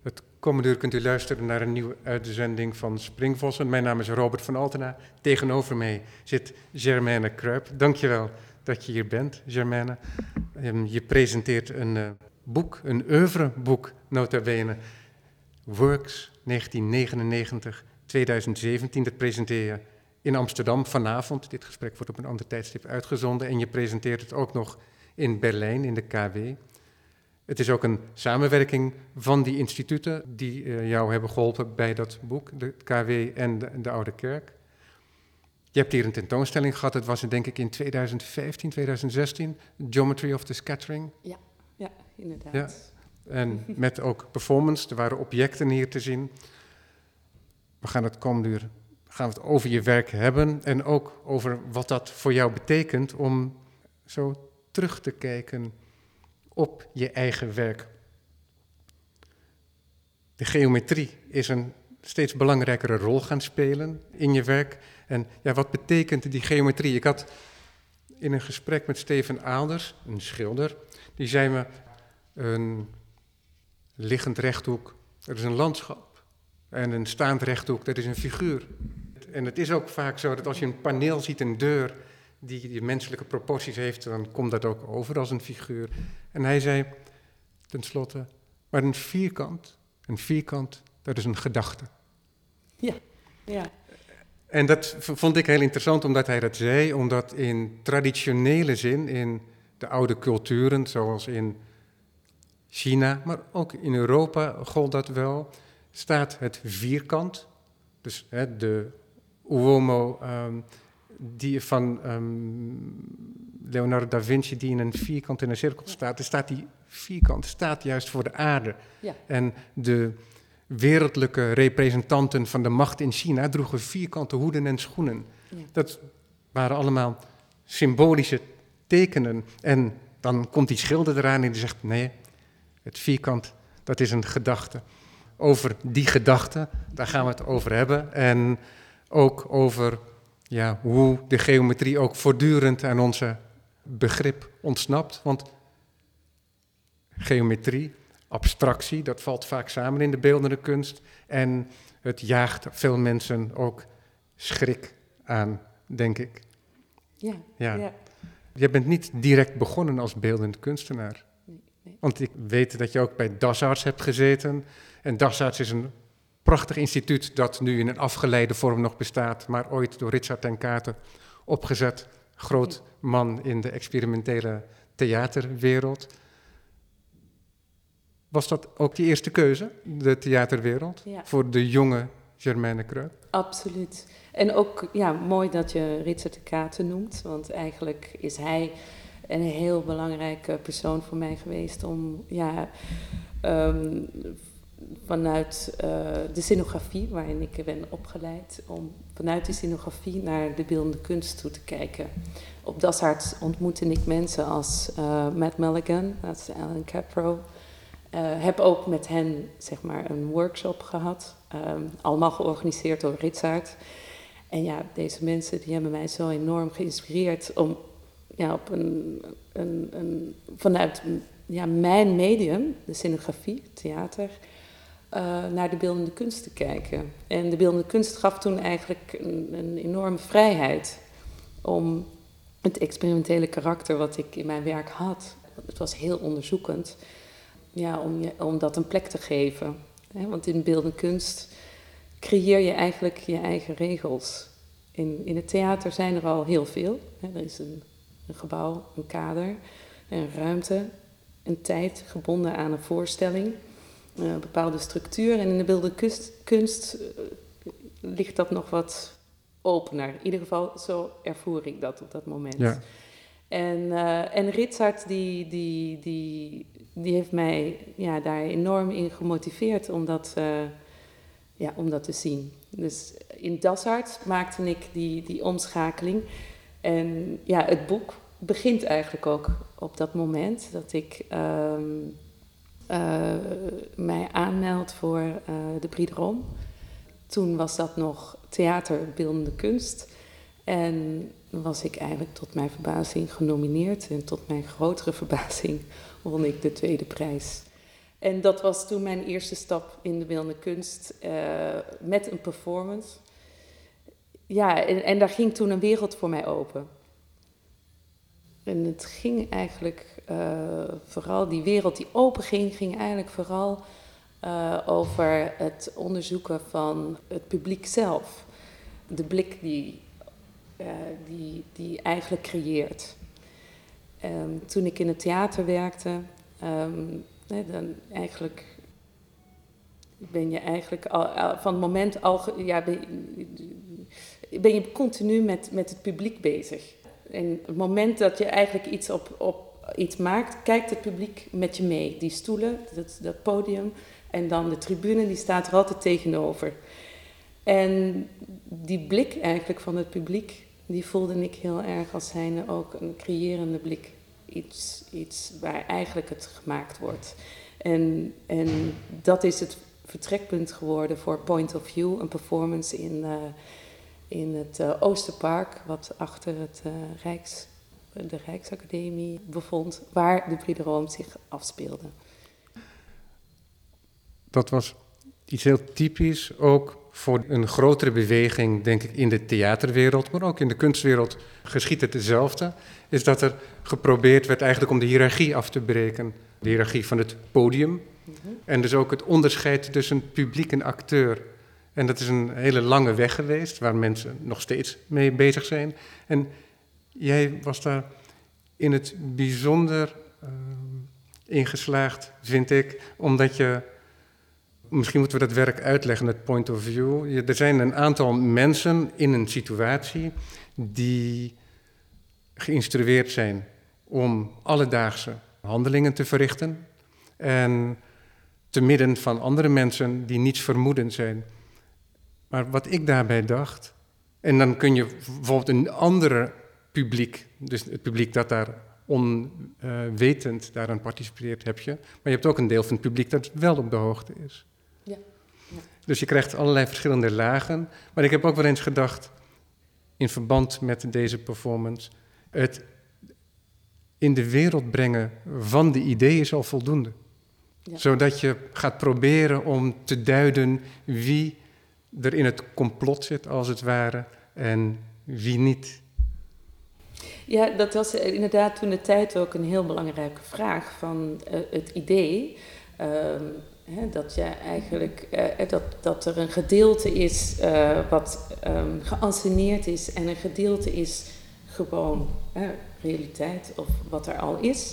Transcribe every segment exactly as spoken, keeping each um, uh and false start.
Het komende uur kunt u luisteren naar een nieuwe uitzending van Springvossen. Mijn naam is Robert van Altena. Tegenover mij zit Germaine Kruip. Dankjewel dat je hier bent, Germaine. Je presenteert een uh, boek, een oeuvreboek, nota bene. Works, negentien negenennegentig tot tweeduizend zeventien. Dat presenteer je in Amsterdam vanavond. Dit gesprek wordt op een ander tijdstip uitgezonden. En je presenteert het ook nog in Berlijn, in de K W. Het is ook een samenwerking van die instituten die uh, jou hebben geholpen bij dat boek, de K W en de, de Oude Kerk. Je hebt hier een tentoonstelling gehad, het was denk ik in tweeduizend vijftien, tweeduizend zestien, Geometry of the Scattering. Ja, ja inderdaad. Ja. En met ook performance, er waren objecten hier te zien. We gaan het komende uur gaan we het over je werk hebben en ook over wat dat voor jou betekent om zo terug te kijken op je eigen werk. De geometrie is een steeds belangrijkere rol gaan spelen in je werk. En ja, wat betekent die geometrie? Ik had in een gesprek met Steven Aalders, een schilder, die zei me, een liggend rechthoek, dat is een landschap. En een staand rechthoek, dat is een figuur. En het is ook vaak zo dat als je een paneel ziet, een deur die die menselijke proporties heeft, dan komt dat ook over als een figuur. En hij zei tenslotte, maar een vierkant, een vierkant, dat is een gedachte. Ja, ja. En dat vond ik heel interessant omdat hij dat zei, omdat in traditionele zin, in de oude culturen, zoals in China, maar ook in Europa gold dat wel, staat het vierkant, dus hè, de uomo um, die van um, Leonardo da Vinci, die in een vierkant in een cirkel staat, dan staat die vierkant staat juist voor de aarde. Ja. En de wereldlijke representanten van de macht in China droegen vierkante hoeden en schoenen. Ja. Dat waren allemaal symbolische tekenen. En dan komt die schilder eraan en die zegt, nee, het vierkant, dat is een gedachte. Over die gedachte, daar gaan we het over hebben. En ook over ja, hoe de geometrie ook voortdurend aan onze begrip ontsnapt. Want geometrie, abstractie, dat valt vaak samen in de beeldende kunst. En het jaagt veel mensen ook schrik aan, denk ik. Ja, ja. ja. Je bent niet direct begonnen als beeldend kunstenaar. Nee, nee. Want ik weet dat je ook bij Das Arts hebt gezeten. En Das Arts is een prachtig instituut dat nu in een afgeleide vorm nog bestaat, maar ooit door Richard ten Katen opgezet. Groot man in de experimentele theaterwereld. Was dat ook je eerste keuze, de theaterwereld, Ja. voor de jonge Germaine Kruip? Absoluut. En ook ja, mooi dat je Richard ten Katen noemt, want eigenlijk is hij een heel belangrijke persoon voor mij geweest om ja, um, vanuit uh, de scenografie, waarin ik ben opgeleid, om vanuit die scenografie naar de beeldende kunst toe te kijken. Op Das Arts ontmoette ik mensen als uh, Matt Mulligan, dat is Alan Capro. Uh, heb ook met hen zeg maar een workshop gehad, um, allemaal georganiseerd door Richard. En ja, deze mensen die hebben mij zo enorm geïnspireerd om ja, op een, een, een, vanuit ja, mijn medium, de scenografie, theater, uh, naar de beeldende kunst te kijken. En de beeldende kunst gaf toen eigenlijk een, een enorme vrijheid om het experimentele karakter wat ik in mijn werk had. Het was heel onderzoekend. Ja, om, je, om dat een plek te geven. Hè? Want in beeldende kunst creëer je eigenlijk je eigen regels. In, in het theater zijn er al heel veel. Hè? Er is een, een gebouw, een kader, een ruimte, een tijd gebonden aan een voorstelling, een bepaalde structuur. En in de beeldende kunst, kunst uh, ligt dat nog wat opener. In ieder geval, zo ervoer ik dat op dat moment. Ja. En, uh, en Richard, die, die, die, die heeft mij ja, daar enorm in gemotiveerd om dat, uh, ja, om dat te zien. Dus in Das Arts maakte ik die, die omschakeling. En ja, het boek begint eigenlijk ook op dat moment dat ik um, uh, mij aanmeld voor uh, de Prix de Rome. Toen was dat nog theater beeldende kunst. En was ik eigenlijk tot mijn verbazing genomineerd. En tot mijn grotere verbazing won ik de tweede prijs. En dat was toen mijn eerste stap in de beeldende kunst uh, met een performance. Ja, en, en daar ging toen een wereld voor mij open. En het ging eigenlijk uh, vooral, die wereld die open ging, ging eigenlijk vooral uh, over het onderzoeken van het publiek zelf. De blik die, uh, die, die eigenlijk creëert. Um, toen ik in het theater werkte, um, nee, dan eigenlijk ben je eigenlijk al, al, van het moment al, ja, ben, ben je continu met, met het publiek bezig. En het moment dat je eigenlijk iets, op, op, iets maakt, kijkt het publiek met je mee. Die stoelen, dat, dat podium en dan de tribune, die staat er altijd tegenover. En die blik eigenlijk van het publiek, die voelde ik heel erg als zijnde ook een creërende blik. Iets, iets waar eigenlijk het gemaakt wordt. En, en dat is het vertrekpunt geworden voor Point of View, een performance in, uh, in het uh, Oosterpark, wat achter het, uh, Rijks, de Rijksacademie bevond, waar de Brederoom zich afspeelde. Dat was iets heel typisch, ook voor een grotere beweging, denk ik, in de theaterwereld, maar ook in de kunstwereld geschiedt het hetzelfde, is dat er geprobeerd werd eigenlijk om de hiërarchie af te breken. De hiërarchie van het podium mm-hmm. En dus ook het onderscheid tussen publiek en acteur. En dat is een hele lange weg geweest, waar mensen nog steeds mee bezig zijn. En jij was daar in het bijzonder uh, ingeslaagd, vind ik, omdat je... Misschien moeten we dat werk uitleggen, het point of view. Er zijn een aantal mensen in een situatie die geïnstrueerd zijn om alledaagse handelingen te verrichten. En te midden van andere mensen die niets vermoedend zijn. Maar wat ik daarbij dacht, en dan kun je bijvoorbeeld een andere publiek, dus het publiek dat daar onwetend uh, daaraan participeert, heb je. Maar je hebt ook een deel van het publiek dat wel op de hoogte is. Ja. Ja. Dus je krijgt allerlei verschillende lagen. Maar ik heb ook wel eens gedacht, in verband met deze performance, het in de wereld brengen van de ideeën is al voldoende. Ja. Zodat je gaat proberen om te duiden wie er in het complot zit, als het ware, en wie niet. Ja, dat was inderdaad toen de tijd ook een heel belangrijke vraag van uh, het idee. Uh, hè, dat je eigenlijk uh, dat, dat er een gedeelte is uh, wat um, geanceneerd is en een gedeelte is gewoon uh, realiteit of wat er al is.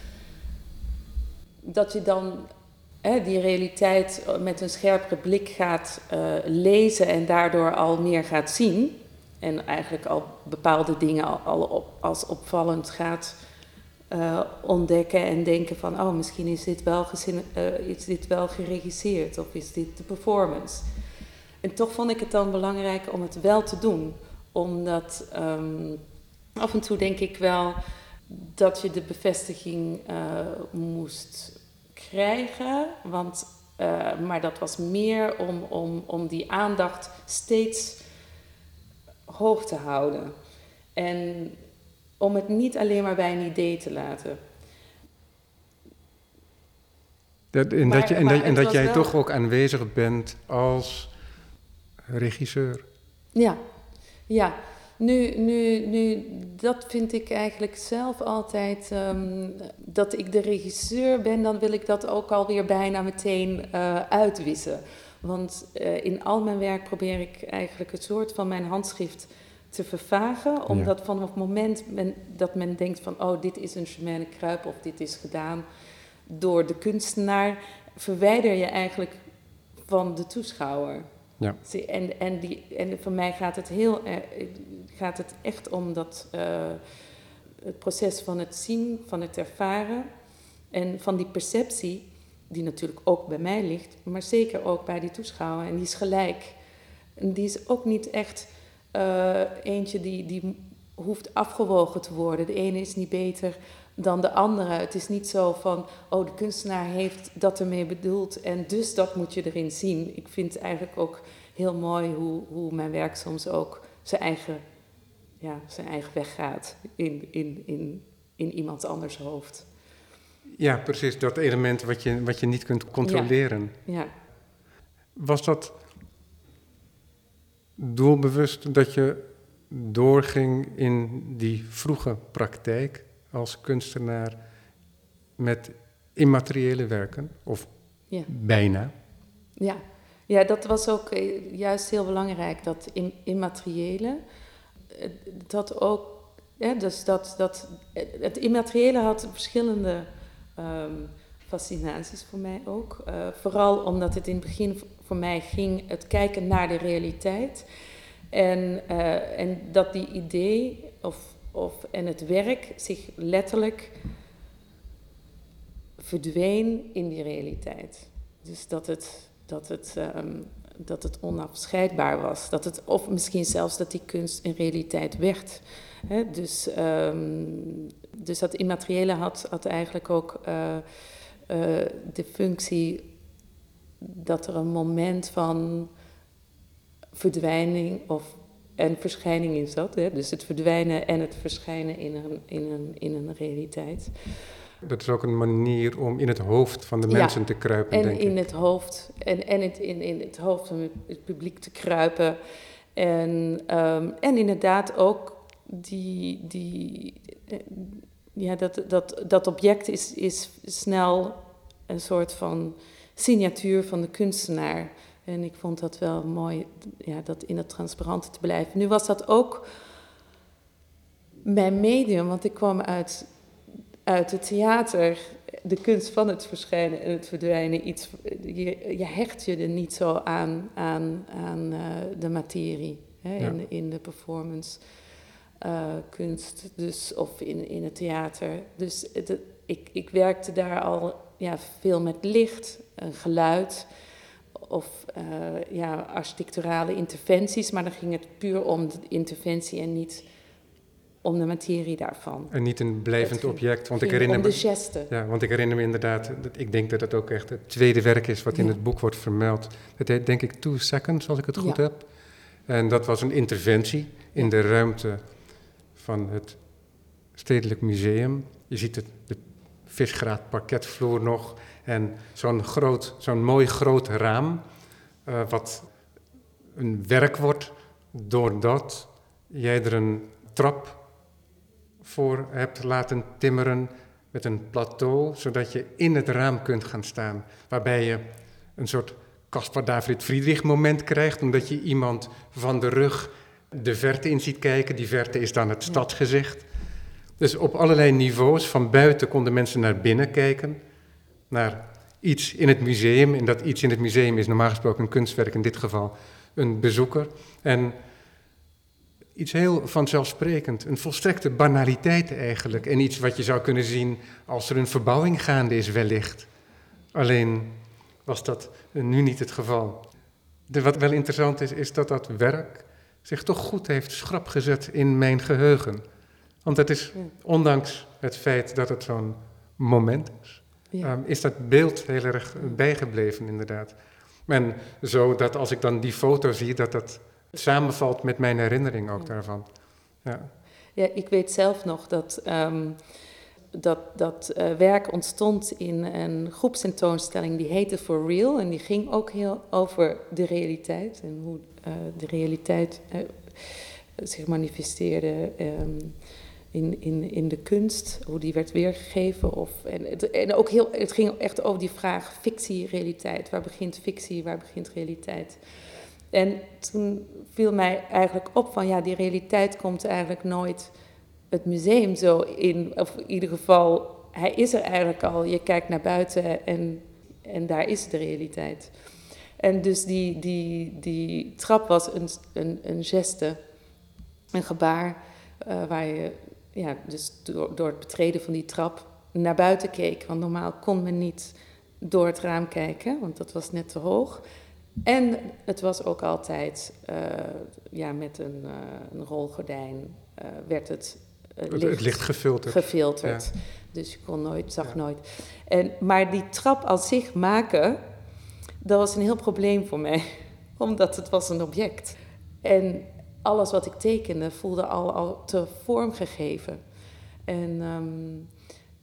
Dat je dan uh, die realiteit met een scherpere blik gaat uh, lezen en daardoor al meer gaat zien. En eigenlijk al bepaalde dingen al, al op, als opvallend gaat uh, ontdekken en denken van... oh, misschien is dit, wel gezin, uh, is dit wel geregisseerd of is dit de performance. En toch vond ik het dan belangrijk om het wel te doen. Omdat um, af en toe denk ik wel dat je de bevestiging uh, moest krijgen. Want, uh, maar dat was meer om, om, om die aandacht steeds hoog te houden. En om het niet alleen maar bij een idee te laten. Dat, en, maar, dat je, en, dat, en dat jij wel... toch ook aanwezig bent als regisseur. Ja, ja. Nu, nu, nu, dat vind ik eigenlijk zelf altijd... Um, dat ik de regisseur ben, dan wil ik dat ook alweer bijna meteen uh, uitwissen. Want uh, in al mijn werk probeer ik eigenlijk het soort van mijn handschrift te vervagen. Omdat ja. vanaf het moment men, dat men denkt van... oh, dit is een Germaine Kruip of dit is gedaan door de kunstenaar... verwijder je eigenlijk van de toeschouwer. Ja. En, en, die, en voor mij gaat het, heel, gaat het echt om dat, uh, het proces van het zien, van het ervaren... en van die perceptie... die natuurlijk ook bij mij ligt, maar zeker ook bij die toeschouwer. En die is gelijk. En die is ook niet echt uh, eentje die, die hoeft afgewogen te worden. De ene is niet beter dan de andere. Het is niet zo van, oh, de kunstenaar heeft dat ermee bedoeld en dus dat moet je erin zien. Ik vind eigenlijk ook heel mooi hoe, hoe mijn werk soms ook zijn eigen, ja, zijn eigen weg gaat in, in, in, in iemand anders hoofd. Ja, precies, dat element wat je, wat je niet kunt controleren. Ja. Ja. Was dat doelbewust dat je doorging in die vroege praktijk als kunstenaar met immateriële werken? Of Ja. bijna? Ja. Ja, dat was ook eh, juist heel belangrijk, dat im- immateriële. Eh, Dat ook, hè, dus dat, dat, het immateriële had verschillende ehm, fascinaties voor mij ook. Eh, vooral omdat het in het begin v- voor mij ging het kijken naar de realiteit. En, eh, en dat die idee of, of, en het werk zich letterlijk verdween in die realiteit. Dus dat het, dat het, ehm, dat het onafscheidbaar was. Dat het, of misschien zelfs dat die kunst een realiteit werd. Hè? Dus, ehm, dus dat immateriële had, had eigenlijk ook uh, uh, de functie dat er een moment van verdwijning of, en verschijning in zat. Hè? Dus het verdwijnen en het verschijnen in een, in een, in een realiteit. Dat is ook een manier om in het hoofd van de Ja, mensen te kruipen, en denk in ik. het hoofd en, en het, in, in het hoofd van het publiek te kruipen. En, um, en inderdaad ook die, die eh, ja, dat, dat, dat object is, is snel een soort van signatuur van de kunstenaar. En ik vond dat wel mooi, ja, dat in het transparante te blijven. Nu was dat ook mijn medium, want ik kwam uit, uit het theater, de kunst van het verschijnen en het verdwijnen. Iets, je, je hecht je er niet zo aan, aan, aan uh, de materie, hè, Ja. in, de, in de performance uh, kunst, dus, of in, in het theater. Dus het, ik, ik werkte daar al ja, veel met licht, uh, geluid of uh, ja, architecturale interventies, maar dan ging het puur om de interventie en niet om de materie daarvan. En niet een blijvend ging, object. Want ging ik herinner om me, de geste. Ja, want ik herinner me inderdaad, dat, ik denk dat het ook echt het tweede werk is wat in Ja. het boek wordt vermeld. Het heet denk ik Two Seconds, als ik het goed Ja. heb. En dat was een interventie in Ja. de ruimte van het Stedelijk Museum. Je ziet het, de visgraat parketvloer nog en zo'n groot, zo'n mooi groot raam, uh, wat een werk wordt doordat jij er een trap voor hebt laten timmeren met een plateau, zodat je in het raam kunt gaan staan. Waarbij je een soort Caspar David Friedrich moment krijgt, omdat je iemand van de rug de verte in ziet kijken. Die verte is dan het Ja. stadsgezicht. Dus op allerlei niveaus, van buiten konden mensen naar binnen kijken, naar iets in het museum. En dat iets in het museum is normaal gesproken een kunstwerk, in dit geval een bezoeker. En iets heel vanzelfsprekend, een volstrekte banaliteit eigenlijk. En iets wat je zou kunnen zien als er een verbouwing gaande is wellicht. Alleen was dat nu niet het geval. De, wat wel interessant is, is dat dat werk zich toch goed heeft schrap gezet in mijn geheugen. Want het is, ondanks het feit dat het zo'n moment is, Ja. um, is dat beeld heel erg bijgebleven inderdaad. En zo dat als ik dan die foto zie, dat dat samenvalt met mijn herinnering ook Ja. daarvan. Ja. Ja, ik weet zelf nog dat um, dat, dat uh, werk ontstond in een groepstentoonstelling die heette For Real. En die ging ook heel over de realiteit en hoe uh, de realiteit uh, zich manifesteerde um, in, in, in de kunst, hoe die werd weergegeven. Of, en het, en ook heel, het ging echt over die vraag fictie, realiteit. Waar begint fictie, waar begint realiteit? En toen viel mij eigenlijk op van ja, die realiteit komt eigenlijk nooit het museum zo in. Of in ieder geval, hij is er eigenlijk al. Je kijkt naar buiten en, en daar is de realiteit. En dus die, die, die trap was een, een, een geste, een gebaar, uh, waar je ja, dus door, door het betreden van die trap naar buiten keek. Want normaal kon men niet door het raam kijken, want dat was net te hoog. En het was ook altijd, uh, ja, met een, uh, een rolgordijn uh, werd het, uh, het licht, het licht gefilterd. gefilterd. Ja. Dus je kon nooit, zag Ja. nooit. En, maar die trap als zich maken, dat was een heel probleem voor mij. Omdat het was een object. En alles wat ik tekende voelde al, al te vormgegeven. En, um,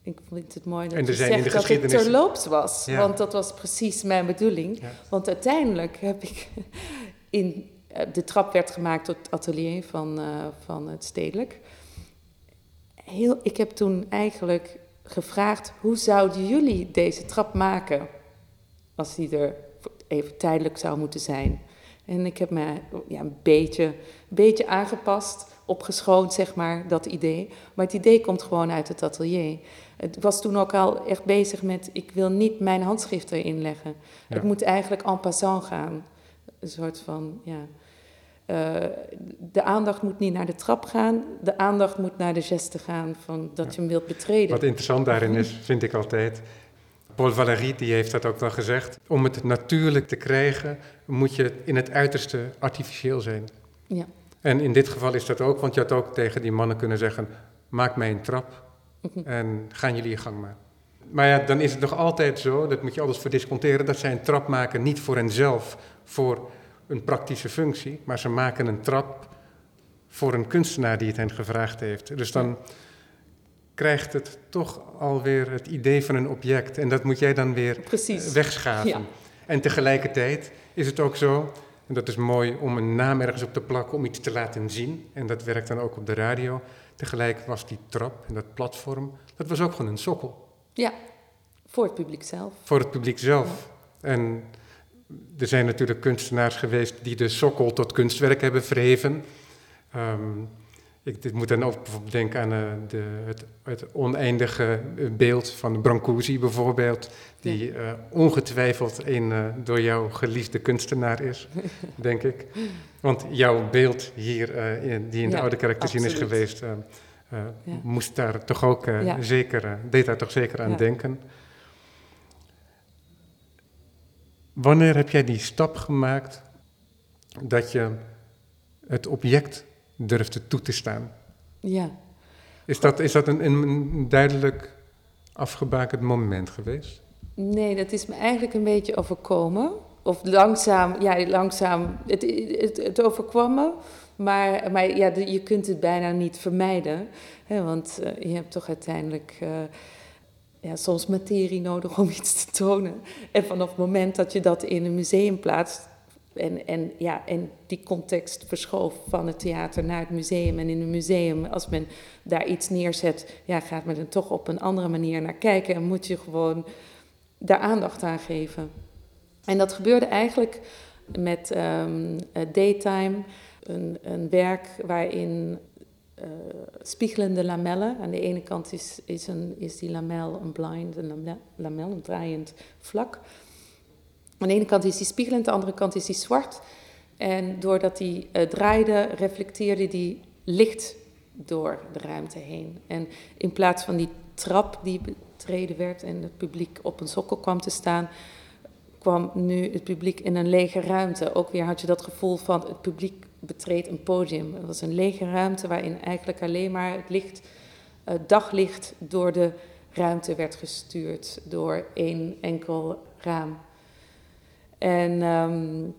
Ik vind het mooi dat en er je zijn in zegt de dat het geschiedenis... terloops was. Ja. Want dat was precies mijn bedoeling. Ja. Want uiteindelijk heb ik... in de trap werd gemaakt tot het atelier van, uh, van het Stedelijk. Heel, ik heb toen eigenlijk gevraagd... hoe zouden jullie deze trap maken... als die er even tijdelijk zou moeten zijn. En ik heb me ja, een beetje, een beetje aangepast... opgeschoond, zeg maar, dat idee. Maar het idee komt gewoon uit het atelier. Het was toen ook al echt bezig met... ik wil niet mijn handschrift erin leggen. Ja. Het moet eigenlijk en passant gaan. Een soort van, ja... Uh, de aandacht moet niet naar de trap gaan. De aandacht moet naar de geste gaan van dat ja. je hem wilt betreden. Wat interessant daarin is, vind ik altijd... Paul Valéry die heeft dat ook wel gezegd. Om het natuurlijk te krijgen, moet je in het uiterste artificieel zijn. Ja. En in dit geval is dat ook, want je had ook tegen die mannen kunnen zeggen... maak mij een trap en gaan jullie je gang maar. Maar ja, dan is het nog altijd zo, dat moet je alles verdisconteren... dat zij een trap maken niet voor henzelf, voor een praktische functie... maar ze maken een trap voor een kunstenaar die het hen gevraagd heeft. Dus dan krijgt het toch alweer het idee van een object... en dat moet jij dan weer Precies. wegschaven. Ja. En tegelijkertijd is het ook zo... en dat is mooi om een naam ergens op te plakken, om iets te laten zien. En dat werkt dan ook op de radio. Tegelijk was die trap en dat platform, dat was ook gewoon een sokkel. Ja, voor het publiek zelf. Voor het publiek zelf. Ja. En er zijn natuurlijk kunstenaars geweest die de sokkel tot kunstwerk hebben verheven. Um, ik dit moet dan ook bijvoorbeeld denken aan uh, de, het, het oneindige beeld van Brancusi bijvoorbeeld, die uh, ongetwijfeld een uh, door jou geliefde kunstenaar is, denk ik. Want jouw beeld hier, uh, in, die in de ja, Oude Kerk te zien is geweest, uh, uh, ja. moest daar toch ook uh, ja. zeker, uh, deed daar toch zeker aan ja. denken. Wanneer heb jij die stap gemaakt dat je het object durfde toe te staan? Ja. Is dat, is dat een, een duidelijk afgebakend moment geweest? Nee, dat is me eigenlijk een beetje overkomen. Of langzaam, ja, langzaam, het, het, het overkwam me. Maar, maar ja, de, je kunt het bijna niet vermijden. Hè, want uh, je hebt toch uiteindelijk uh, ja, soms materie nodig om iets te tonen. En vanaf het moment dat je dat in een museum plaatst... En, en, ja, en die context verschoof van het theater naar het museum. En in het museum, als men daar iets neerzet... Ja, gaat men er toch op een andere manier naar kijken... en moet je gewoon daar aandacht aan geven. En dat gebeurde eigenlijk met um, Daytime, een, een werk waarin uh, spiegelende lamellen... aan de ene kant is, is, een, is die lamel een blind, een lamel, een draaiend vlak... Aan de ene kant is die spiegelend, aan de andere kant is die zwart. En doordat die uh, draaide, reflecteerde die licht door de ruimte heen. En in plaats van die trap die betreden werd en het publiek op een sokkel kwam te staan... kwam nu het publiek in een lege ruimte. Ook weer had je dat gevoel van het publiek betreedt een podium. Het was een lege ruimte waarin eigenlijk alleen maar het licht, uh, daglicht door de ruimte werd gestuurd. Door één enkel raam. En um,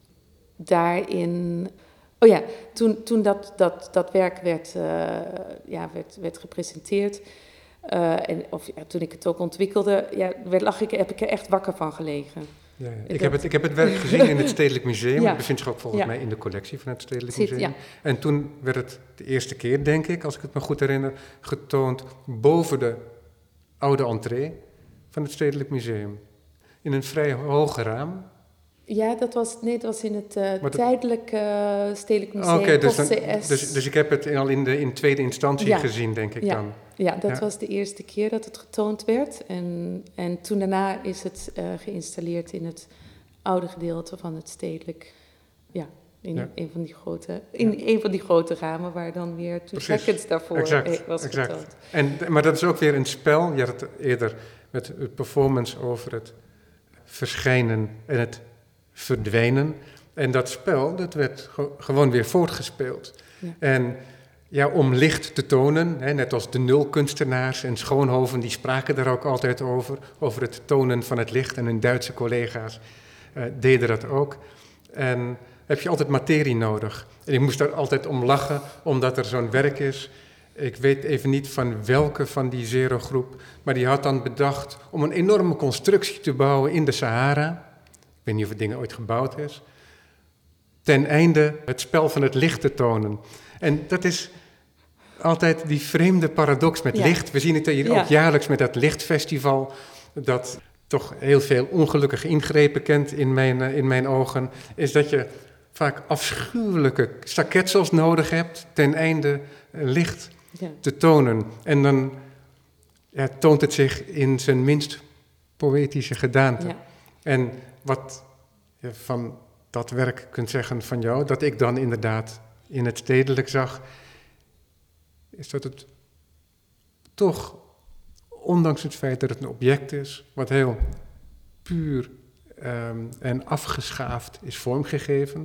daarin... Oh ja, toen, toen dat, dat, dat werk werd, uh, ja, werd, werd gepresenteerd... Uh, en, of ja, toen ik het ook ontwikkelde... Ja, werd, lag ik, heb ik er echt wakker van gelegen. Ja, ja. Ik, heb het, ik heb het werk gezien in het Stedelijk Museum. Ja. Het bevindt zich ook volgens ja. mij in de collectie van het Stedelijk Zit, Museum. Ja. En toen werd het de eerste keer, denk ik, als ik het me goed herinner... getoond boven de oude entree van het Stedelijk Museum. In een vrij hoog raam. Ja, dat was, nee, dat was in het uh, tijdelijk uh, Stedelijk Museum, okay, dus, C S. Dus, dus ik heb het al in de in tweede instantie ja. gezien, denk ik ja. dan. Ja, dat ja. was de eerste keer dat het getoond werd. En, en toen daarna is het uh, geïnstalleerd in het oude gedeelte van het Stedelijk. Ja, in, ja. Een, van die grote, in ja. een van die grote ramen waar dan weer Two Seconds daarvoor exact, was exact. getoond. En, maar dat is ook weer een spel. Je had het eerder met het performance over het verschijnen en het verdwijnen. En dat spel, dat werd ge- gewoon weer voortgespeeld. Ja. En ja, om licht te tonen, hè, net als de nulkunstenaars en Schoonhoven, die spraken daar ook altijd over, over het tonen van het licht. En hun Duitse collega's uh, deden dat ook. En heb je altijd materie nodig. En ik moest daar altijd om lachen, omdat er zo'n werk is. ik weet even niet van welke van die Zero-groep, maar die had dan bedacht om een enorme constructie te bouwen in de Sahara. Ik weet niet of het ding ooit gebouwd is. Ten einde het spel van het licht te tonen. En dat is altijd die vreemde paradox met ja. licht. We zien het hier ja. ook jaarlijks met dat lichtfestival, dat toch heel veel ongelukkige ingrepen kent in mijn, in mijn ogen, is dat je vaak afschuwelijke staketsels nodig hebt ten einde licht ja. te tonen. En dan ja, toont het zich in zijn minst poëtische gedaante. Ja. En wat je van dat werk kunt zeggen van jou, dat ik dan inderdaad in het stedelijk zag, is dat het toch, ondanks het feit dat het een object is, wat heel puur um, en afgeschaafd is vormgegeven,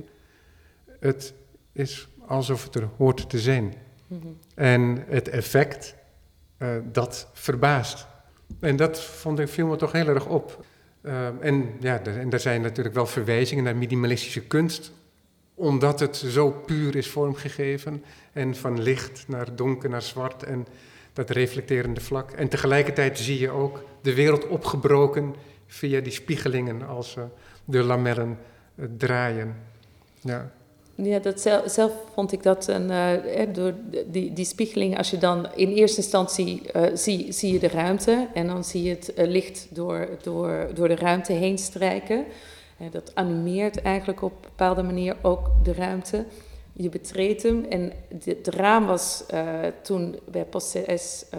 het is alsof het er hoort te zijn. Mm-hmm. En het effect, uh, dat verbaast. En dat vond ik, viel me toch heel erg op. Uh, en ja, er, en er zijn natuurlijk wel verwijzingen naar minimalistische kunst, omdat het zo puur is vormgegeven. En van licht naar donker naar zwart en dat reflecterende vlak. En tegelijkertijd zie je ook de wereld opgebroken via die spiegelingen als uh, de lamellen uh, draaien. Ja. Ja, dat zelf, zelf vond ik dat een, uh, door die, die spiegeling, als je dan in eerste instantie uh, zie, zie je de ruimte en dan zie je het uh, licht door, door, door de ruimte heen strijken. Uh, dat animeert eigenlijk op een bepaalde manier ook de ruimte. Je betreedt hem en het raam was uh, toen bij Posses uh,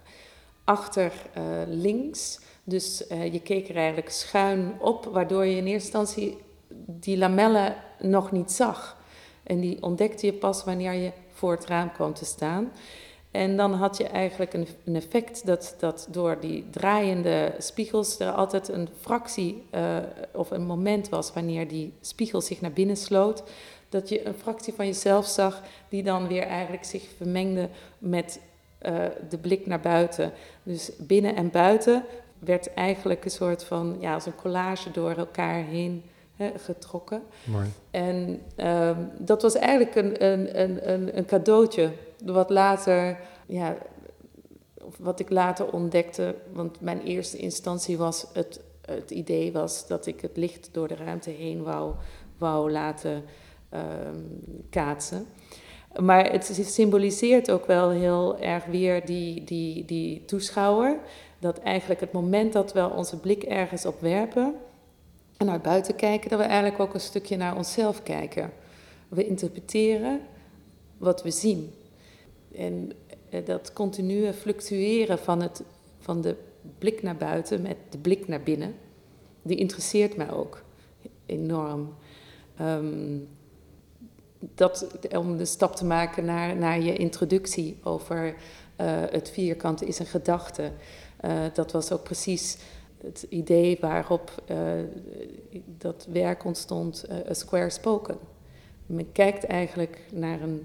achter uh, links. Dus uh, je keek er eigenlijk schuin op, waardoor je in eerste instantie die lamellen nog niet zag. En die ontdekte je pas wanneer je voor het raam kwam te staan. En dan had je eigenlijk een, een effect dat, dat door die draaiende spiegels er altijd een fractie uh, of een moment was wanneer die spiegel zich naar binnen sloot, dat je een fractie van jezelf zag die dan weer eigenlijk zich vermengde met uh, de blik naar buiten. Dus binnen en buiten werd eigenlijk een soort van, ja, als een collage door elkaar heen he, getrokken. Mooi. En uh, dat was eigenlijk een, een, een, een cadeautje, wat later, ja, wat ik later ontdekte, want mijn eerste instantie was, het, het idee was dat ik het licht door de ruimte heen wou, wou laten uh, kaatsen. Maar het symboliseert ook wel heel erg weer die, die, die toeschouwer, dat eigenlijk het moment dat we onze blik ergens op werpen en naar buiten kijken, dat we eigenlijk ook een stukje naar onszelf kijken. We interpreteren wat we zien. En dat continue fluctueren van, het, van de blik naar buiten met de blik naar binnen, die interesseert mij ook enorm. Um, dat, om de stap te maken naar, naar je introductie over uh, het vierkante is een gedachte. Uh, dat was ook precies het idee waarop uh, dat werk ontstond, uh, A Square Spoken. Men kijkt eigenlijk naar een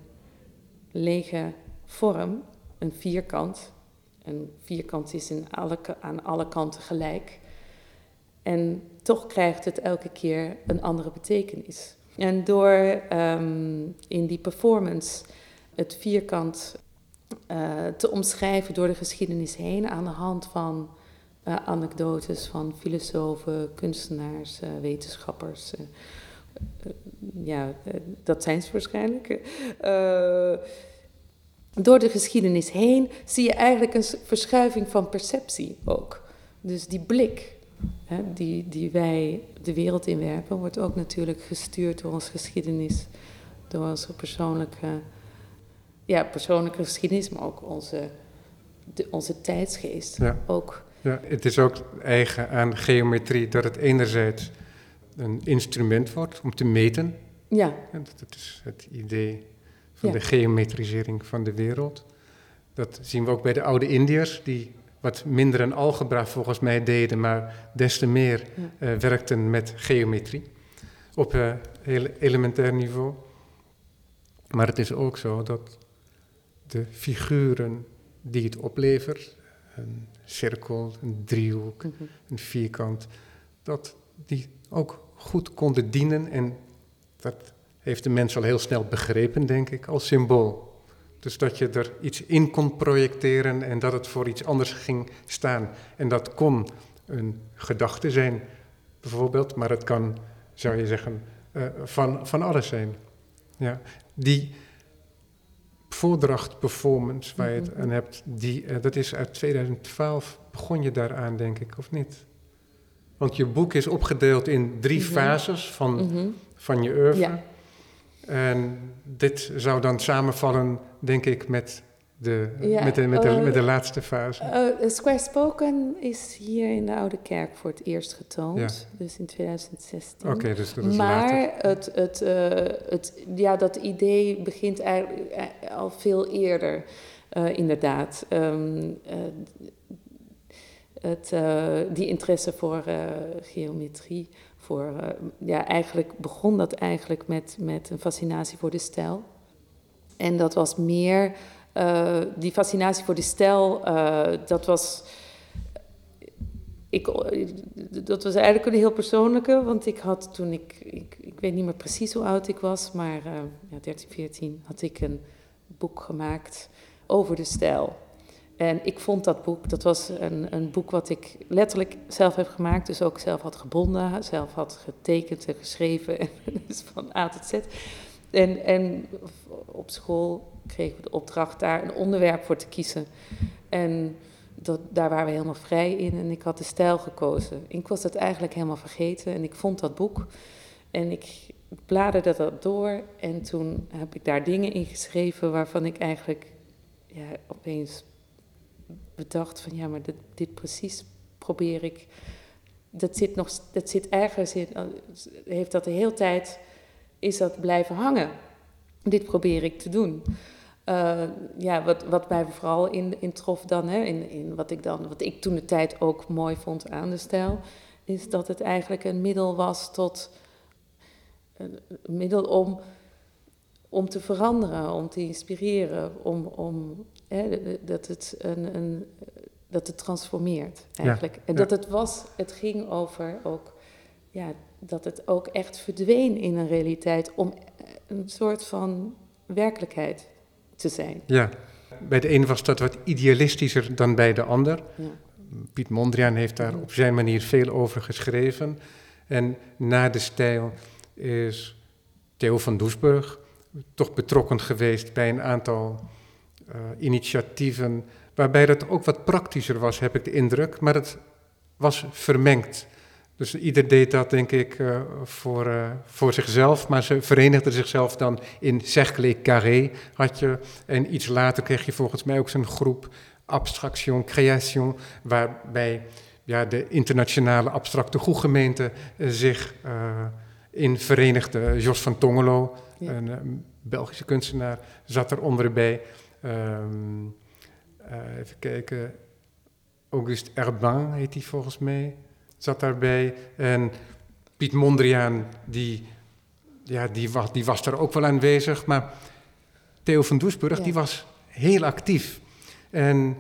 lege vorm, een vierkant. Een vierkant is in alle, aan alle kanten gelijk. En toch krijgt het elke keer een andere betekenis. En door um, in die performance het vierkant uh, te omschrijven door de geschiedenis heen aan de hand van uh, anekdotes van filosofen, kunstenaars, uh, wetenschappers. Uh, uh, ja, uh, dat zijn ze waarschijnlijk. Uh, door de geschiedenis heen zie je eigenlijk een verschuiving van perceptie ook. Dus die blik hè, die, die wij de wereld inwerpen, wordt ook natuurlijk gestuurd door onze geschiedenis. Door onze persoonlijke, ja, persoonlijke geschiedenis, maar ook onze, de, onze tijdsgeest. Ja. Ook. Ja, het is ook eigen aan geometrie dat het enerzijds een instrument wordt om te meten. Ja. En dat is het idee van ja. de geometrisering van de wereld. Dat zien we ook bij de oude Indiërs, die wat minder een algebra volgens mij deden, maar des te meer ja. uh, werkten met geometrie op uh, heel elementair niveau. Maar het is ook zo dat de figuren die het oplevert, een cirkel, een driehoek, mm-hmm. een vierkant, dat die ook goed konden dienen. En dat heeft de mens al heel snel begrepen, denk ik, als symbool. Dus dat je er iets in kon projecteren en dat het voor iets anders ging staan. En dat kon een gedachte zijn, bijvoorbeeld, maar het kan, zou je zeggen, uh, van, van alles zijn. Ja. Die voordrachtperformance waar je het aan hebt, die, uh, dat is uit tweeduizend twaalf, begon je daaraan, denk ik, of niet? Want je boek is opgedeeld in drie mm-hmm. fases van, mm-hmm. van je oeuvre. Ja. En dit zou dan samenvallen, denk ik, met de, ja, met de, met de, uh, met de laatste fase. Uh, Square Spoken is hier in de Oude Kerk voor het eerst getoond, ja. Dus in tweeduizend zestien. Oké, okay, dus dat is maar later. Het, het, uh, het, ja, dat idee begint eigenlijk al veel eerder, uh, inderdaad. Um, uh, het, uh, die interesse voor uh, geometrie. Voor, uh, ja, eigenlijk begon dat eigenlijk met, met een fascinatie voor de stijl. En dat was meer, uh, die fascinatie voor de stijl, uh, dat was, ik, dat was eigenlijk een heel persoonlijke, want ik had toen ik, ik, ik weet niet meer precies hoe oud ik was, maar uh, ja, dertien, veertien had ik een boek gemaakt over de stijl. En ik vond dat boek, dat was een, een boek wat ik letterlijk zelf heb gemaakt, dus ook zelf had gebonden, zelf had getekend en geschreven, en dus van A tot Z. En, en op school kregen we de opdracht daar een onderwerp voor te kiezen. En dat, daar waren we helemaal vrij in en ik had de stijl gekozen. Ik was dat eigenlijk helemaal vergeten en ik vond dat boek en ik bladerde dat door en toen heb ik daar dingen in geschreven waarvan ik eigenlijk ja, opeens bedacht van ja, maar dit, dit precies probeer ik, dat zit nog, dat zit ergens in, heeft dat de hele tijd, is dat blijven hangen. Dit probeer ik te doen. Uh, ja, wat, wat mij vooral in, in trof dan, hè, in, in wat ik dan, wat ik toen de tijd ook mooi vond aan de stijl, is dat het eigenlijk een middel was tot, een middel om, om te veranderen, om te inspireren, om, om hè, dat het een, een, dat het transformeert eigenlijk. Ja, en ja. dat het was, het ging over ook, ja, dat het ook echt verdween in een realiteit om een soort van werkelijkheid te zijn. Ja, bij de een was dat wat idealistischer dan bij de ander. Ja. Piet Mondriaan heeft daar op zijn manier veel over geschreven. En na de stijl is Theo van Doesburg toch betrokken geweest bij een aantal uh, initiatieven, waarbij dat ook wat praktischer was, heb ik de indruk, maar het was vermengd. Dus ieder deed dat, denk ik, uh, voor, uh, voor zichzelf, maar ze verenigden zichzelf dan in Cercle Carré, had je. En iets later kreeg je volgens mij ook zo'n groep Abstraction, Création, waarbij ja, de internationale abstracte goedgemeente uh, zich uh, in verenigde. Jos van Tongelo, ja. een uh, Belgische kunstenaar, zat er onderbij. Um, uh, even kijken, Auguste Herbin heet hij volgens mij. Zat daarbij en Piet Mondriaan, die, ja, die, was, die was daar ook wel aanwezig, maar Theo van Doesburg, ja. die was heel actief en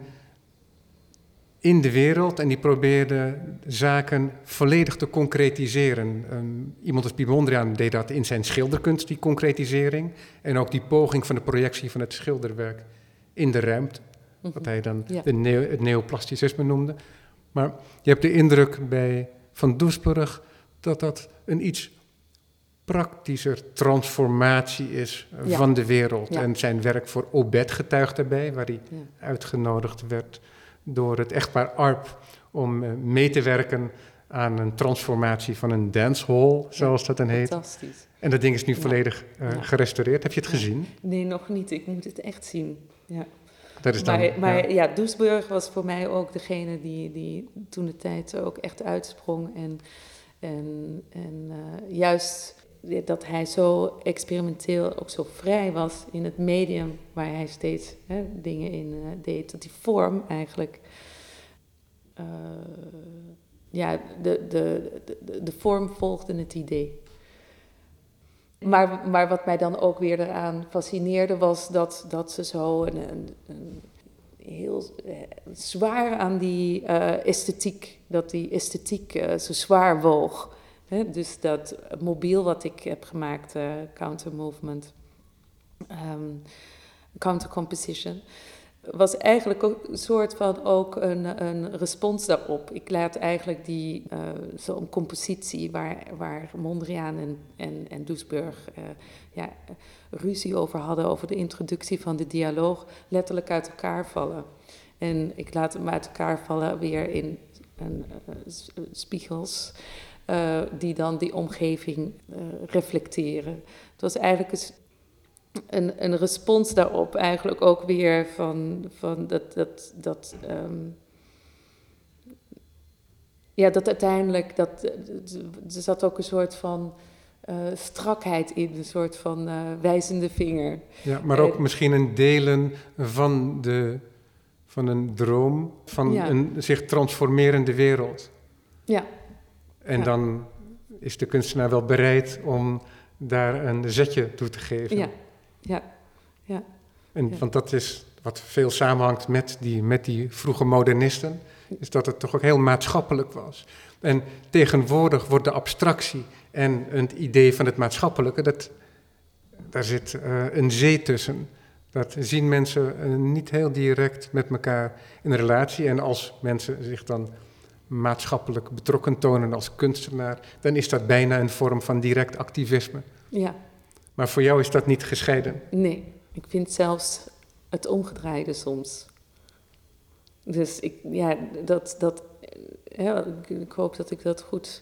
in de wereld en die probeerde zaken volledig te concretiseren. Um, iemand als Piet Mondriaan deed dat in zijn schilderkunst, die concretisering, en ook die poging van de projectie van het schilderwerk in de ruimte, mm-hmm. wat hij dan ja. de neo, het neoplasticisme noemde. Maar je hebt de indruk bij Van Doesburg dat dat een iets praktischer transformatie is ja. van de wereld. Ja. En zijn werk voor Obed getuigt daarbij, waar hij ja. uitgenodigd werd door het echtpaar Arp om uh, mee te werken aan een transformatie van een dancehall, zoals ja, dat dan heet. Fantastisch. En dat ding is nu ja. volledig uh, ja. gerestaureerd. Heb je het ja. gezien? Nee, nog niet. Ik moet het echt zien. Ja. Dat is dan, maar maar ja, ja Doesburg was voor mij ook degene die, die toen de tijd ook echt uitsprong. En, en, en uh, juist dat hij zo experimenteel, ook zo vrij was in het medium waar hij steeds hè, dingen in uh, deed. Dat die vorm eigenlijk, uh, ja, de, de, de, de vorm volgde het idee. Maar, maar wat mij dan ook weer eraan fascineerde was dat, dat ze zo een, een, een heel uh, zwaar aan die uh, esthetiek, dat die esthetiek uh, zo zwaar woog. He, dus dat mobiel wat ik heb gemaakt, uh, Counter Movement, um, countercomposition, was eigenlijk ook een soort van ook een, een respons daarop. Ik laat eigenlijk die, uh, zo'n compositie waar, waar Mondriaan en, en, en Doesburg uh, ja, ruzie over hadden, over de introductie van de dialoog, letterlijk uit elkaar vallen. En ik laat hem uit elkaar vallen weer in een, uh, spiegels, uh, die dan die omgeving uh, reflecteren. Het was eigenlijk een Een, een respons daarop eigenlijk ook weer van, van dat, dat, dat, um, ja, dat uiteindelijk, dat, er zat ook een soort van uh, strakheid in, een soort van uh, wijzende vinger. Ja, maar ook en, misschien een delen van, de, van een droom, van ja. een zich transformerende wereld. Ja. En ja. dan is de kunstenaar wel bereid om daar een zetje toe te geven. Ja. Ja, ja. En, ja. Want dat is wat veel samenhangt met die, met die vroege modernisten, is dat het toch ook heel maatschappelijk was. En tegenwoordig wordt de abstractie en het idee van het maatschappelijke, dat, daar zit uh, een zee tussen. Dat zien mensen uh, niet heel direct met elkaar in relatie. En als mensen zich dan maatschappelijk betrokken tonen als kunstenaar, dan is dat bijna een vorm van direct activisme. Ja. Maar voor jou is dat niet gescheiden? Nee, ik vind zelfs het omgedraaide soms. Dus ik, ja, dat, dat, ja, ik, ik hoop dat ik dat goed...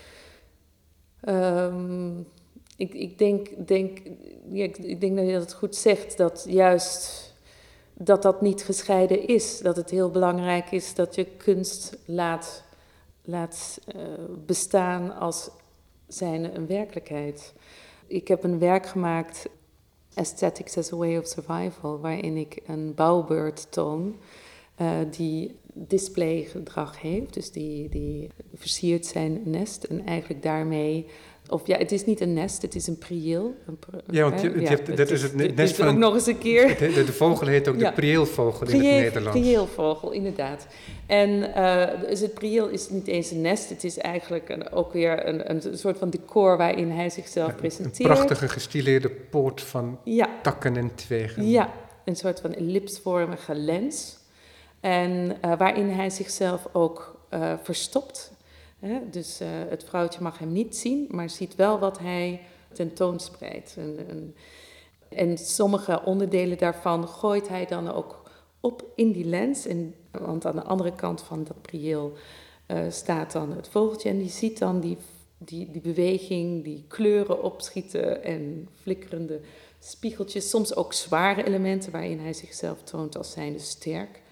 Um, ik, ik denk, denk, ja, ik, ik denk dat je dat goed zegt, dat juist dat dat niet gescheiden is. Dat het heel belangrijk is dat je kunst laat, laat uh, bestaan als zijnde een werkelijkheid. Ik heb een werk gemaakt, Aesthetics as a Way of Survival, waarin ik een bouwbeurt toon uh, die displaygedrag heeft. Dus die, die versiert zijn nest en eigenlijk daarmee... Of ja, het is niet een nest, het is een prieel. Een pr- ja, want je, je ja, hebt, dat het is het nest dus van... ook nog eens een keer. De, de, de vogel heet ook ja. de prieelvogel in Prieel, het Nederlands. Prieelvogel, inderdaad. En uh, dus het prieel is niet eens een nest, het is eigenlijk een, ook weer een, een soort van decor waarin hij zichzelf ja, presenteert. Een prachtige gestileerde poort van ja. takken en twegen. Ja, een soort van ellipsvormige lens. En uh, waarin hij zichzelf ook uh, verstopt. Hè? Dus uh, het vrouwtje mag hem niet zien, maar ziet wel wat hij tentoonspreidt. En, en, en sommige onderdelen daarvan gooit hij dan ook op in die lens. En, want aan de andere kant van dat prieel uh, staat dan het vogeltje. En die ziet dan die, die, die beweging, die kleuren opschieten en flikkerende spiegeltjes. Soms ook zware elementen waarin hij zichzelf toont als zijnde sterk.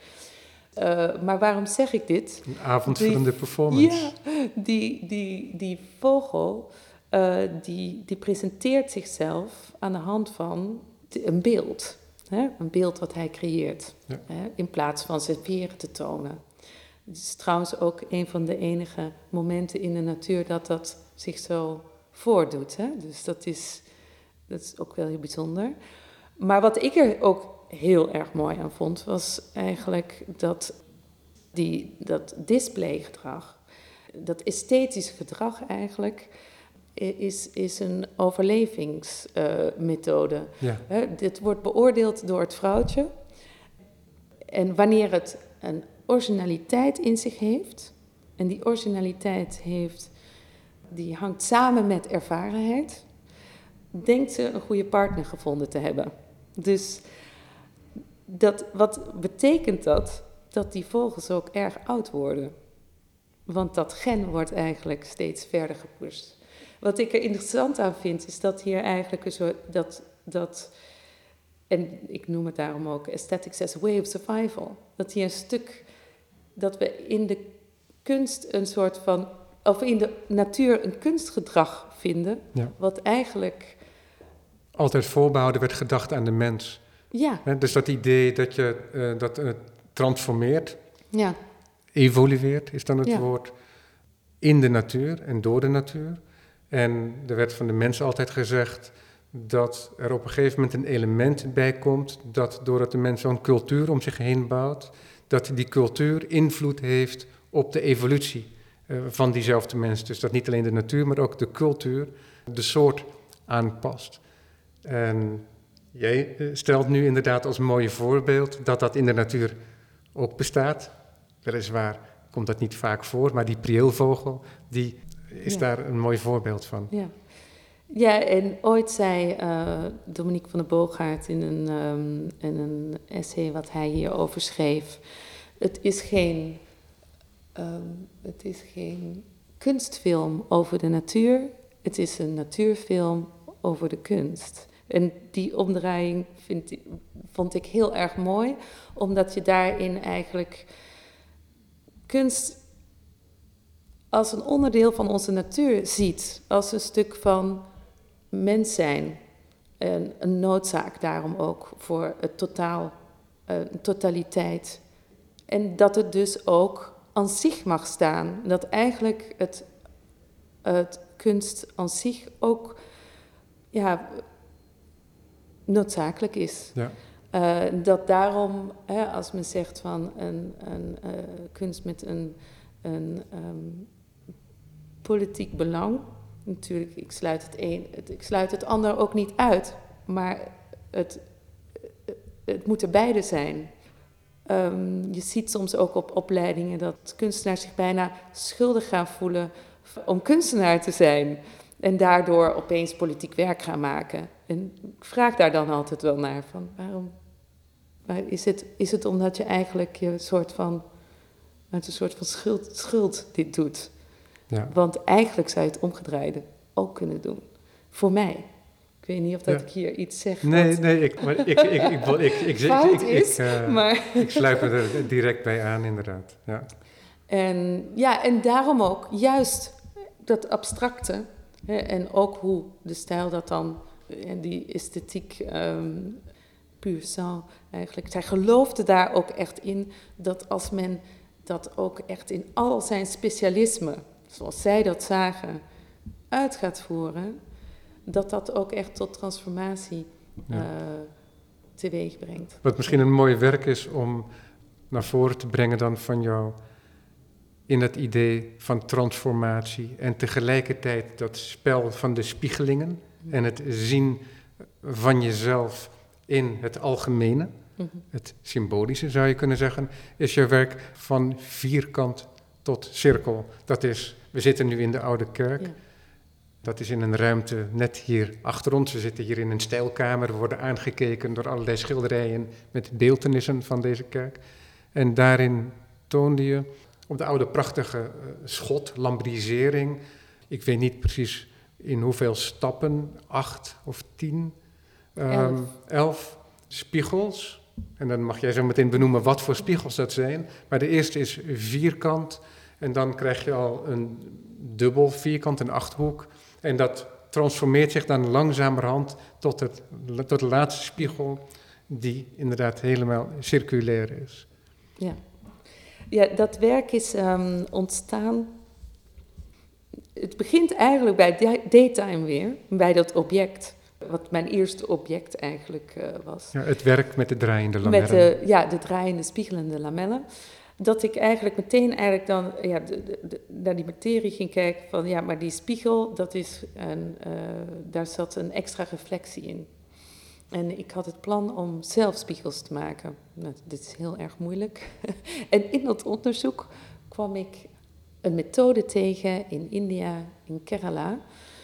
Uh, maar waarom zeg ik dit? Een avondvullende die, performance. Ja, die, die, die vogel uh, die, die presenteert zichzelf aan de hand van een beeld. Hè? Een beeld wat hij creëert. Ja. Hè? In plaats van zijn veren te tonen. Het is trouwens ook een van de enige momenten in de natuur dat dat zich zo voordoet. Hè? Dus dat is, dat is ook wel heel bijzonder. Maar wat ik er ook heel erg mooi aan vond, was eigenlijk dat, die, dat displaygedrag, dat esthetische gedrag eigenlijk, is, is een overlevingsmethode. Uh, ja. uh, dit wordt beoordeeld door het vrouwtje. En wanneer het een originaliteit in zich heeft, en die originaliteit heeft, die hangt samen met ervarenheid, denkt ze een goede partner gevonden te hebben. Dus dat, wat betekent dat? Dat die vogels ook erg oud worden. Want dat gen wordt eigenlijk steeds verder gepusht. Wat ik er interessant aan vind, is dat hier eigenlijk een soort... Dat, dat, en ik noem het daarom ook Aesthetics as a Way of Survival. Dat hier een stuk... Dat we in de kunst een soort van... Of in de natuur een kunstgedrag vinden, ja. Wat eigenlijk... Altijd voorbehouden werd gedacht aan de mens. Ja. He, dus dat idee dat je uh, dat uh, transformeert, ja. evolueert, is dan het ja. woord, in de natuur en door de natuur. En er werd van de mens altijd gezegd dat er op een gegeven moment een element bij komt, dat doordat de mens zo'n cultuur om zich heen bouwt, dat die cultuur invloed heeft op de evolutie uh, van diezelfde mens. Dus dat niet alleen de natuur, maar ook de cultuur, de soort aanpast. En jij uh, stelt nu inderdaad als mooi voorbeeld dat dat in de natuur ook bestaat. Weliswaar komt dat niet vaak voor, maar die prieelvogel, die is ja. daar een mooi voorbeeld van. Ja, ja en ooit zei uh, Dominique van der Boogaard in een, um, in een essay wat hij hierover schreef, het is geen, um, het is geen kunstfilm over de natuur, het is een natuurfilm over de kunst. En die omdraaiing vind, vond ik heel erg mooi, omdat je daarin eigenlijk kunst als een onderdeel van onze natuur ziet, als een stuk van mens zijn. En een noodzaak daarom ook voor het totaal, een totaliteit. En dat het dus ook aan zich mag staan. Dat eigenlijk het, het kunst aan zich ook ja, noodzakelijk is. Ja. Uh, dat daarom, hè, als men zegt van een, een uh, kunst met een, een um, politiek belang, natuurlijk, ik sluit het een, het, ik sluit het ander ook niet uit, maar het, het moeten beide zijn. Um, je ziet soms ook op opleidingen dat kunstenaars zich bijna schuldig gaan voelen om kunstenaar te zijn en daardoor opeens politiek werk gaan maken. En ik vraag daar dan altijd wel naar, van waarom, maar is het, is het omdat je eigenlijk je soort van, uit een soort van schuld, schuld dit doet? Ja. Want eigenlijk zou je het omgedraaide ook kunnen doen. Voor mij. Ik weet niet of dat ja. ik hier iets zeg. Nee, nee, ik, maar ik, ik, ik, ik, ik, ik, fout ik, ik, is, ik, uh, maar... ik sluit me er direct bij aan, inderdaad. Ja. En, ja, en daarom ook juist dat abstracte, hè, en ook hoe de stijl dat dan, en die esthetiek, um, puur sang eigenlijk. Zij geloofde daar ook echt in dat als men dat ook echt in al zijn specialisme, zoals zij dat zagen, uit gaat voeren, dat dat ook echt tot transformatie ja. uh, teweeg brengt. Wat misschien een mooi werk is om naar voren te brengen dan van jou in het idee van transformatie en tegelijkertijd dat spel van de spiegelingen en het zien van jezelf in het algemene, mm-hmm. het symbolische zou je kunnen zeggen, is je werk van vierkant tot cirkel. Dat is, we zitten nu in de Oude Kerk, ja. Dat is in een ruimte net hier achter ons. We zitten hier in een stijlkamer, we worden aangekeken door allerlei schilderijen met beeltenissen van deze kerk. En daarin toonde je op de oude prachtige uh, schot, lambrisering. Ik weet niet precies in hoeveel stappen, acht of tien, um, elf. elf spiegels. En dan mag jij zo meteen benoemen wat voor spiegels dat zijn. Maar de eerste is vierkant en dan krijg je al een dubbel vierkant, een achthoek. En dat transformeert zich dan langzamerhand tot, het, tot de laatste spiegel die inderdaad helemaal circulair is. Ja. Ja, dat werk is um, ontstaan. Het begint eigenlijk bij Daytime weer, bij dat object, wat mijn eerste object eigenlijk uh, was. Ja, het werk met de draaiende lamellen. Met de, ja, de draaiende, spiegelende lamellen. Dat ik eigenlijk meteen eigenlijk dan ja, de, de, de, naar die materie ging kijken van ja, maar die spiegel, dat is een, uh, daar zat een extra reflectie in. En ik had het plan om zelf spiegels te maken. Nou, dit is heel erg moeilijk. En in dat onderzoek kwam ik een methode tegen in India, in Kerala,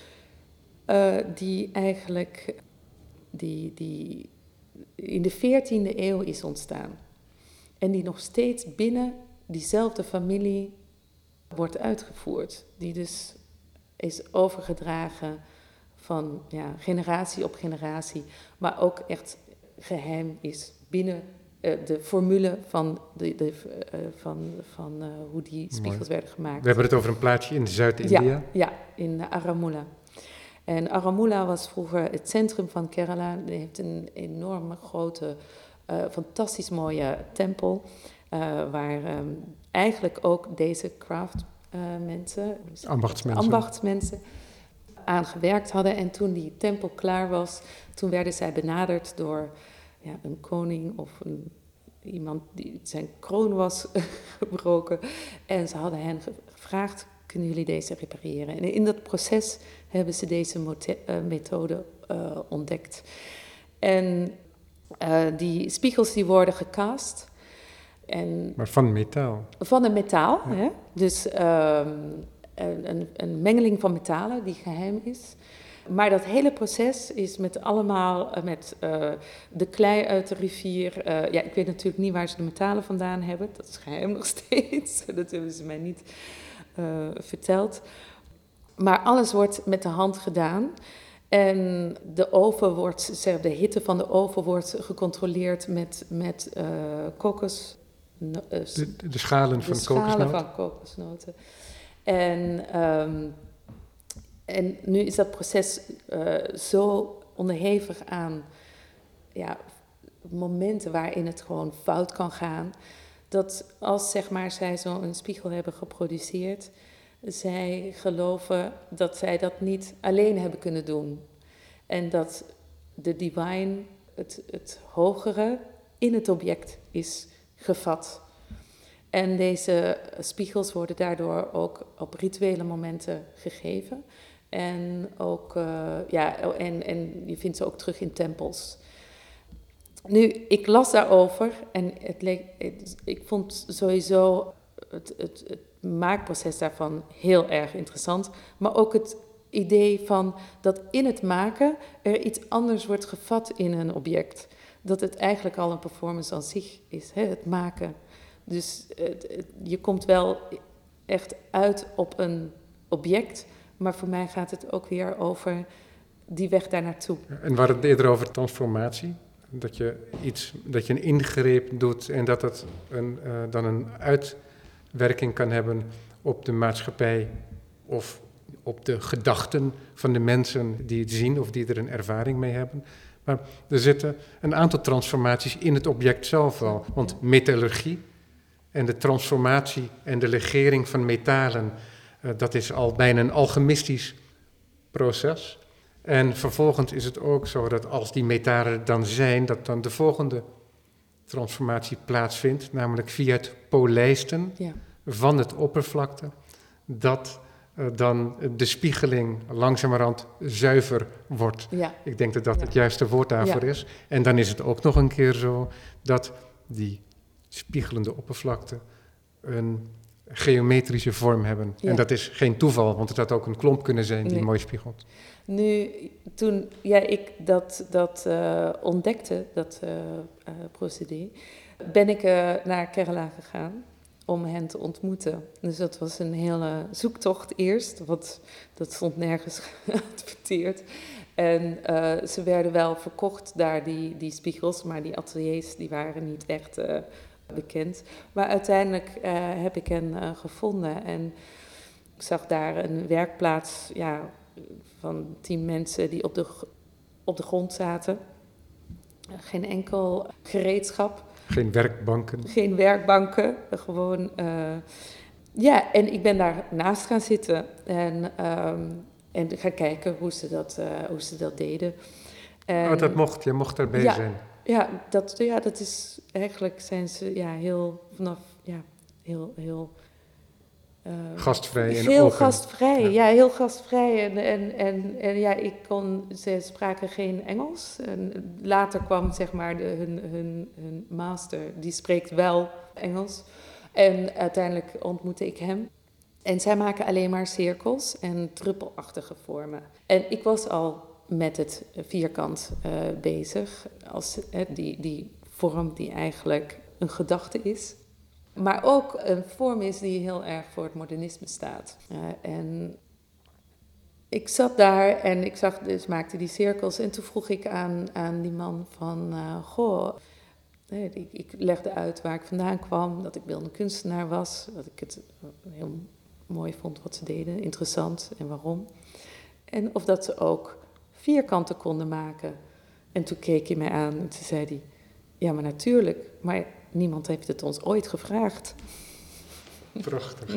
uh, die eigenlijk die, die in de veertiende eeuw is ontstaan. En die nog steeds binnen diezelfde familie wordt uitgevoerd. Die dus is overgedragen van ja, generatie op generatie, maar ook echt geheim is binnen uh, de formule van, de, de, uh, van, van uh, hoe die spiegels Mooi. werden gemaakt. We hebben het over een plaatsje in Zuid-India. Ja, ja, in Aramula. En Aramula was vroeger het centrum van Kerala. Die heeft een enorme grote, uh, fantastisch mooie tempel, uh, waar um, eigenlijk ook deze craft uh, mensen, dus ambachtsmensen. ambachtsmensen, aan gewerkt hadden. En toen die tempel klaar was, toen werden zij benaderd door ja, een koning of een, iemand die zijn kroon was gebroken. En ze hadden hen gevraagd, kunnen jullie deze repareren? En in dat proces hebben ze deze mote- uh, methode uh, ontdekt. En uh, die spiegels die worden gecast. En maar van metaal? Van een metaal, ja. hè? Dus um, een, een mengeling van metalen die geheim is. Maar dat hele proces is met allemaal, uh, met uh, de klei uit de rivier. Uh, ja, ik weet natuurlijk niet waar ze de metalen vandaan hebben. Dat is geheim nog steeds. Dat hebben ze mij niet uh, verteld. Maar alles wordt met de hand gedaan. En de oven wordt, zeg, de hitte van de oven wordt gecontroleerd met, met uh, kokos. Uh, de, de schalen de van schalen kokosnoten. van kokosnoten. En, um, en nu is dat proces uh, zo onderhevig aan ja, momenten waarin het gewoon fout kan gaan, dat als zeg maar, zij zo'n spiegel hebben geproduceerd, zij geloven dat zij dat niet alleen hebben kunnen doen. En dat de divine, het, het hogere, in het object is gevat. En deze spiegels worden daardoor ook op rituele momenten gegeven. En, ook, uh, ja, en, en je vindt ze ook terug in tempels. Nu, ik las daarover en het leek, het, ik vond sowieso het, het, het maakproces daarvan heel erg interessant. Maar ook het idee van dat in het maken er iets anders wordt gevat in een object. Dat het eigenlijk al een performance aan zich is, hè, het maken. Dus het, het, je komt wel echt uit op een object, maar voor mij gaat het ook weer over die weg daar naartoe. En we hadden het eerder over transformatie. Dat je, iets, dat je een ingreep doet en dat het een, uh, dan een uitwerking kan hebben op de maatschappij of op de gedachten van de mensen die het zien of die er een ervaring mee hebben. Maar er zitten een aantal transformaties in het object zelf wel. Want metallurgie en de transformatie en de legering van metalen, uh, dat is al bijna een alchemistisch proces. En vervolgens is het ook zo dat als die metalen er dan zijn, dat dan de volgende transformatie plaatsvindt, namelijk via het polijsten ja. van het oppervlakte, dat uh, dan de spiegeling langzamerhand zuiver wordt. Ja. Ik denk dat dat ja. het juiste woord daarvoor ja. is. En dan is het ook nog een keer zo dat die spiegelende oppervlakte een geometrische vorm hebben. Ja. En dat is geen toeval, want het had ook een klomp kunnen zijn die nee. mooi spiegelt. Nu, toen ja, ik dat, dat uh, ontdekte, dat uh, uh, procedé, ben ik uh, naar Kerala gegaan om hen te ontmoeten. Dus dat was een hele zoektocht eerst, want dat stond nergens geadverteerd. En uh, ze werden wel verkocht daar, die, die spiegels, maar die ateliers die waren niet echt uh, bekend. Maar uiteindelijk uh, heb ik hen uh, gevonden en ik zag daar een werkplaats, ja, van tien mensen die op de, op de grond zaten. Geen enkel gereedschap. Geen werkbanken. Geen werkbanken, gewoon... Uh, ja, en ik ben daar naast gaan zitten en, um, en gaan kijken hoe ze dat, uh, hoe ze dat deden. En, oh, dat mocht, je mocht erbij ja, zijn. Ja dat, ja, dat is... Eigenlijk zijn ze ja, heel... Vanaf... Ja, heel... heel Uh, gastvrij en heel open. gastvrij, ja. ja, heel gastvrij. En, en, en, en ja, ik kon, ze spraken geen Engels. En later kwam zeg maar de, hun, hun, hun master, die spreekt wel Engels. En uiteindelijk ontmoette ik hem. En zij maken alleen maar cirkels en druppelachtige vormen. En ik was al met het vierkant uh, bezig, als uh, die, die vorm die eigenlijk een gedachte is. Maar ook een vorm is die heel erg voor het modernisme staat. Uh, en ik zat daar en ik zag, dus maakte die cirkels. En toen vroeg ik aan, aan die man van, uh, goh, nee, ik, ik legde uit waar ik vandaan kwam, dat ik beeldend kunstenaar was, dat ik het heel mooi vond wat ze deden, interessant en waarom. En of dat ze ook vierkanten konden maken. En toen keek hij mij aan en toen zei hij, ja, maar natuurlijk, maar niemand heeft het ons ooit gevraagd. Prachtig.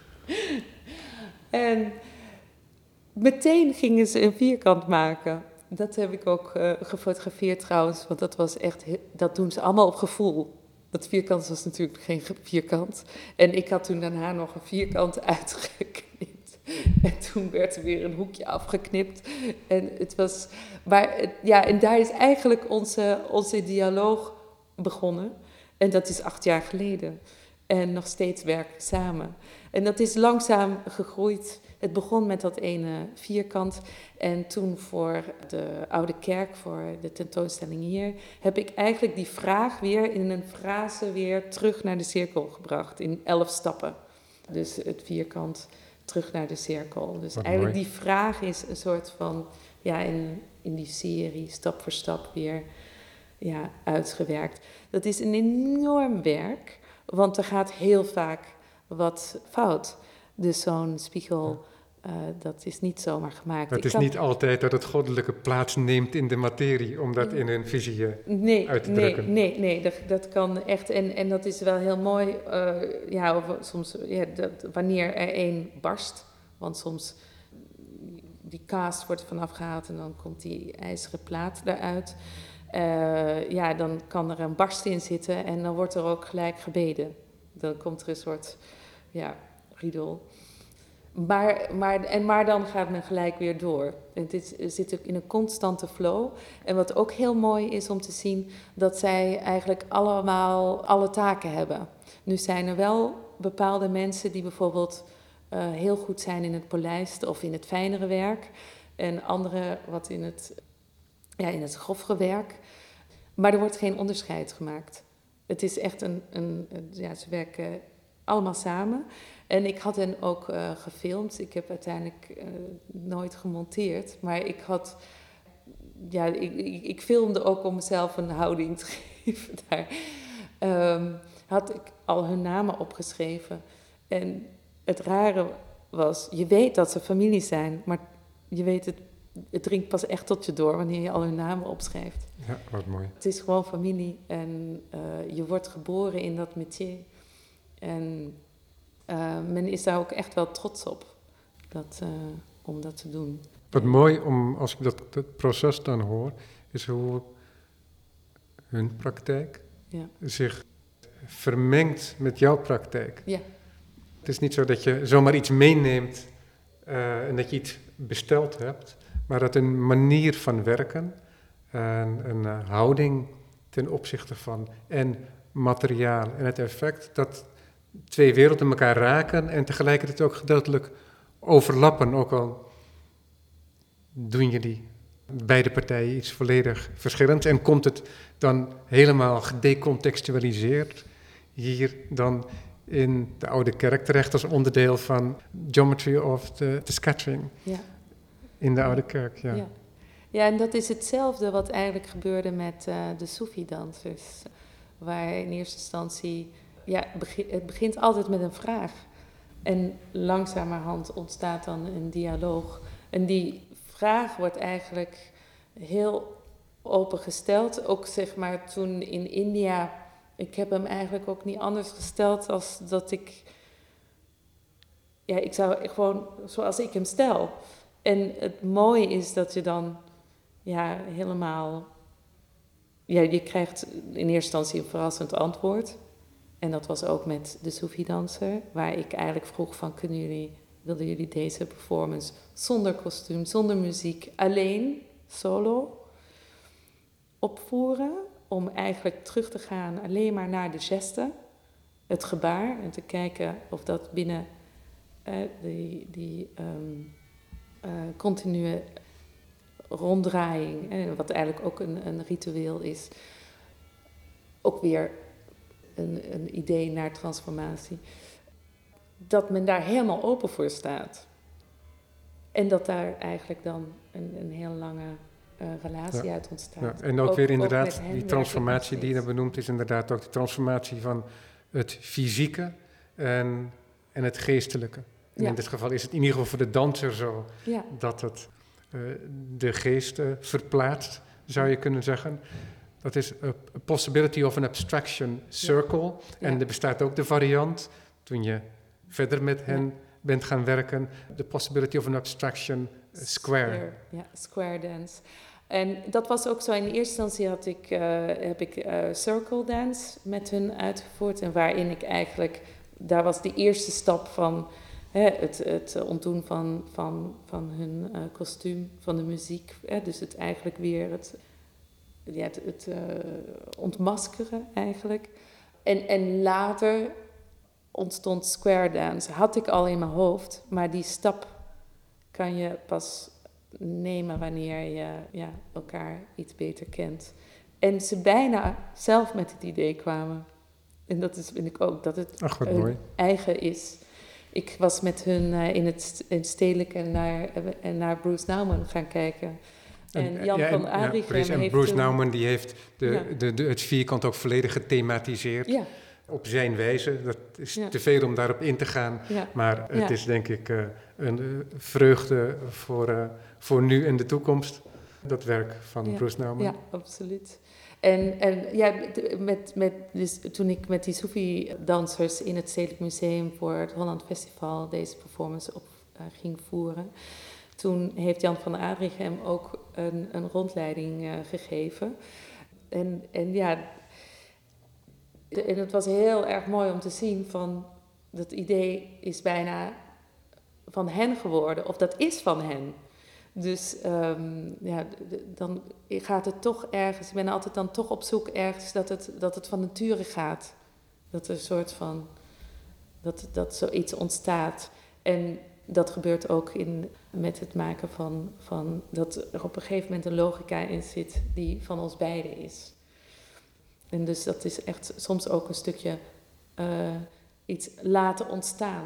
En meteen gingen ze een vierkant maken. Dat heb ik ook uh, gefotografeerd trouwens, want dat was echt, dat doen ze allemaal op gevoel. Dat vierkant was natuurlijk geen vierkant. En ik had toen daarna nog een vierkant uitgeknipt. En toen werd er weer een hoekje afgeknipt. En het was, maar het, ja, en daar is eigenlijk onze, onze dialoog begonnen. En dat is acht jaar geleden. En nog steeds werken we samen. En dat is langzaam gegroeid. Het begon met dat ene vierkant. En toen voor de Oude Kerk, voor de tentoonstelling hier, heb ik eigenlijk die vraag weer in een frase weer terug naar de cirkel gebracht. In elf stappen. Dus het vierkant terug naar de cirkel. Dus Wat eigenlijk mooi. die vraag is een soort van, ja, in, in die serie stap voor stap weer ja, uitgewerkt. Dat is een enorm werk, want er gaat heel vaak wat fout. Dus zo'n spiegel, uh, dat is niet zomaar gemaakt. Het Ik is kan... niet altijd dat het goddelijke plaats neemt in de materie, om dat in een visie uh, nee, uit te nee, drukken. Nee, nee, dat, dat kan echt. En, en dat is wel heel mooi, uh, ja, of soms, ja, dat, wanneer er één barst. Want soms, die cast wordt er vanaf gehaald en dan komt die ijzeren plaat eruit. Uh, ja, dan kan er een barst in zitten en dan wordt er ook gelijk gebeden. Dan komt er een soort, ja, riedel. Maar, maar, en, maar dan gaat men gelijk weer door. Het is, zit ook in een constante flow. En wat ook heel mooi is om te zien, dat zij eigenlijk allemaal alle taken hebben. Nu zijn er wel bepaalde mensen die bijvoorbeeld uh, heel goed zijn in het polijsten of in het fijnere werk. En anderen wat in het, ja, in het grofere werk. Maar er wordt geen onderscheid gemaakt. Het is echt een, een, een ja, ze werken allemaal samen. En ik had hen ook uh, gefilmd. Ik heb uiteindelijk uh, nooit gemonteerd. Maar ik had... Ja, ik, ik, ik filmde ook om mezelf een houding te geven daar. Um, had ik al hun namen opgeschreven. En het rare was, je weet dat ze familie zijn, maar je weet het, het dringt pas echt tot je door wanneer je al hun namen opschrijft. Ja, wat mooi. Het is gewoon familie en uh, je wordt geboren in dat métier. En uh, men is daar ook echt wel trots op, dat, uh, om dat te doen. Wat mooi, om, als ik dat, dat proces dan hoor, is hoe hun praktijk ja. zich vermengt met jouw praktijk. Ja. Het is niet zo dat je zomaar iets meeneemt uh, en dat je iets besteld hebt, maar dat een manier van werken, en een uh, houding ten opzichte van en materiaal en het effect, dat twee werelden elkaar raken en tegelijkertijd ook gedeeltelijk overlappen, ook al doen jullie beide partijen iets volledig verschillends en komt het dan helemaal gedecontextualiseerd hier dan in de Oude Kerk terecht als onderdeel van Geometry of the, the Scattering ja. in de Oude Kerk. Ja. Ja. Ja, en dat is hetzelfde wat eigenlijk gebeurde met uh, de Soefi-dansers, waar in eerste instantie, ja, begin, het begint altijd met een vraag en langzamerhand ontstaat dan een dialoog en die vraag wordt eigenlijk heel open gesteld, ook zeg maar toen in India. Ik heb hem eigenlijk ook niet anders gesteld als dat ik... Ja, ik zou gewoon zoals ik hem stel. En het mooie is dat je dan ja, helemaal... Ja, je krijgt in eerste instantie een verrassend antwoord. En dat was ook met de Soefi-danser, waar ik eigenlijk vroeg van, kunnen jullie, wilden jullie deze performance zonder kostuum, zonder muziek, alleen, solo, opvoeren? Om eigenlijk terug te gaan alleen maar naar de geste, het gebaar, en te kijken of dat binnen uh, die, die um, uh, continue ronddraaiing, eh, wat eigenlijk ook een, een ritueel is, ook weer een, een idee naar transformatie, dat men daar helemaal open voor staat. En dat daar eigenlijk dan een, een heel lange Uh, relatie ja. uit ontstaat. Ja, en ook, ook weer inderdaad, ook die transformatie die je benoemt, is inderdaad ook de transformatie van het fysieke en, en het geestelijke. En ja. in dit geval is het in ieder geval voor de danser zo, ja. dat het uh, de geest uh, verplaatst, zou je kunnen zeggen. Dat is a, a possibility of an abstraction circle. Ja. En ja. er bestaat ook de variant, toen je verder met hen ja. bent gaan werken, the possibility of an abstraction uh, square. square. Ja, square dance. En dat was ook zo, in eerste instantie had ik, uh, heb ik uh, circle dance met hun uitgevoerd. En waarin ik eigenlijk, daar was de eerste stap van hè, het, het ontdoen van, van, van hun uh, kostuum, van de muziek. Hè, dus het eigenlijk weer het, ja, het, het uh, ontmaskeren eigenlijk. En, en later ontstond square dance. Had ik al in mijn hoofd, maar die stap kan je pas nemen wanneer je ja, elkaar iets beter kent. En ze bijna zelf met het idee kwamen. En dat is, vind ik ook, dat het Ach, wat hun mooi. eigen is. Ik was met hun uh, in het, in het stedelijk en naar, en naar Bruce Nauman gaan kijken. En, en Jan ja, van Adrichem ja, en heeft Bruce toen, Nauman die heeft de, ja. de, de, het vierkant ook volledig gethematiseerd. Ja. Op zijn wijze. Dat is ja. te veel om daarop in te gaan. Ja. Maar het ja. is denk ik uh, een uh, vreugde voor, uh, voor nu en de toekomst. Dat werk van ja. Bruce Nauman. Ja, absoluut. En, en ja, met, met, dus toen ik met die Soefi-dansers in het Stedelijk Museum voor het Holland Festival deze performance op uh, ging voeren, toen heeft Jan van Adrichem ook een, een rondleiding uh, gegeven. En, en ja, de, en het was heel erg mooi om te zien van, dat idee is bijna van hen geworden, of dat is van hen. Dus um, ja, dan gaat het toch ergens, ik ben altijd dan toch op zoek ergens dat het, dat het van nature gaat. Dat er een soort van, dat, dat zoiets ontstaat. En dat gebeurt ook in, met het maken van, van, dat er op een gegeven moment een logica in zit die van ons beiden is. En dus dat is echt soms ook een stukje uh, iets laten ontstaan.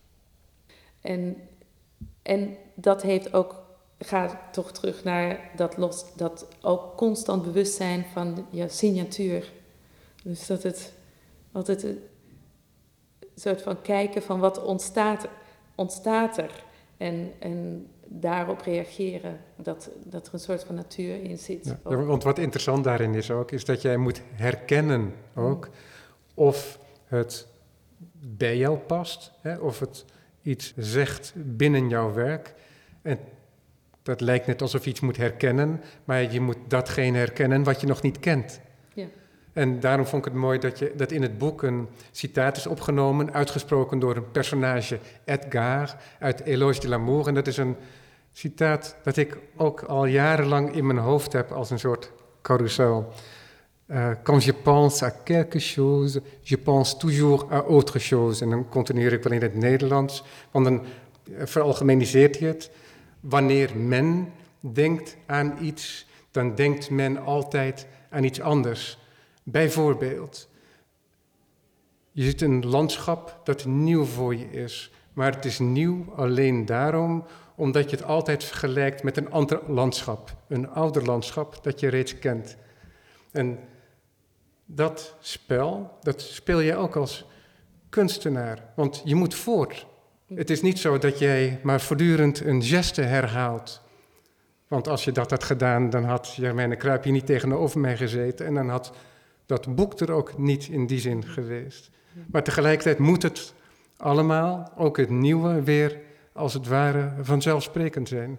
En, en dat heeft ook, gaat toch terug naar dat, los, dat ook constant bewustzijn van je signatuur. Dus dat het altijd een soort van kijken van wat ontstaat, ontstaat er. En, en daarop reageren, dat, dat er een soort van natuur in zit. Ja, ja, want wat interessant daarin is ook, is dat jij moet herkennen ook mm. of het bij jou past, hè, of het iets zegt binnen jouw werk. En dat lijkt net alsof je iets moet herkennen, maar je moet datgene herkennen wat je nog niet kent. Ja. En daarom vond ik het mooi dat, je, dat in het boek een citaat is opgenomen, uitgesproken door een personage, Edgar, uit Éloge de l'amour. En dat is een citaat dat ik ook al jarenlang in mijn hoofd heb als een soort carousel. Uh, quand je pense à quelque chose, je pense toujours à autre chose. En dan continueer ik wel in het Nederlands, want dan veralgemeniseert hij het. Wanneer men denkt aan iets, dan denkt men altijd aan iets anders. Bijvoorbeeld, je ziet een landschap dat nieuw voor je is, maar het is nieuw alleen daarom omdat je het altijd vergelijkt met een ander landschap, een ouder landschap dat je reeds kent. En dat spel, dat speel je ook als kunstenaar, want je moet voort. Het is niet zo dat jij maar voortdurend een geste herhaalt. Want als je dat had gedaan, dan had Germaine Kruip hier niet tegenover mij gezeten en dan had dat boek er ook niet in die zin geweest. Maar tegelijkertijd moet het allemaal, ook het nieuwe, weer als het ware vanzelfsprekend zijn.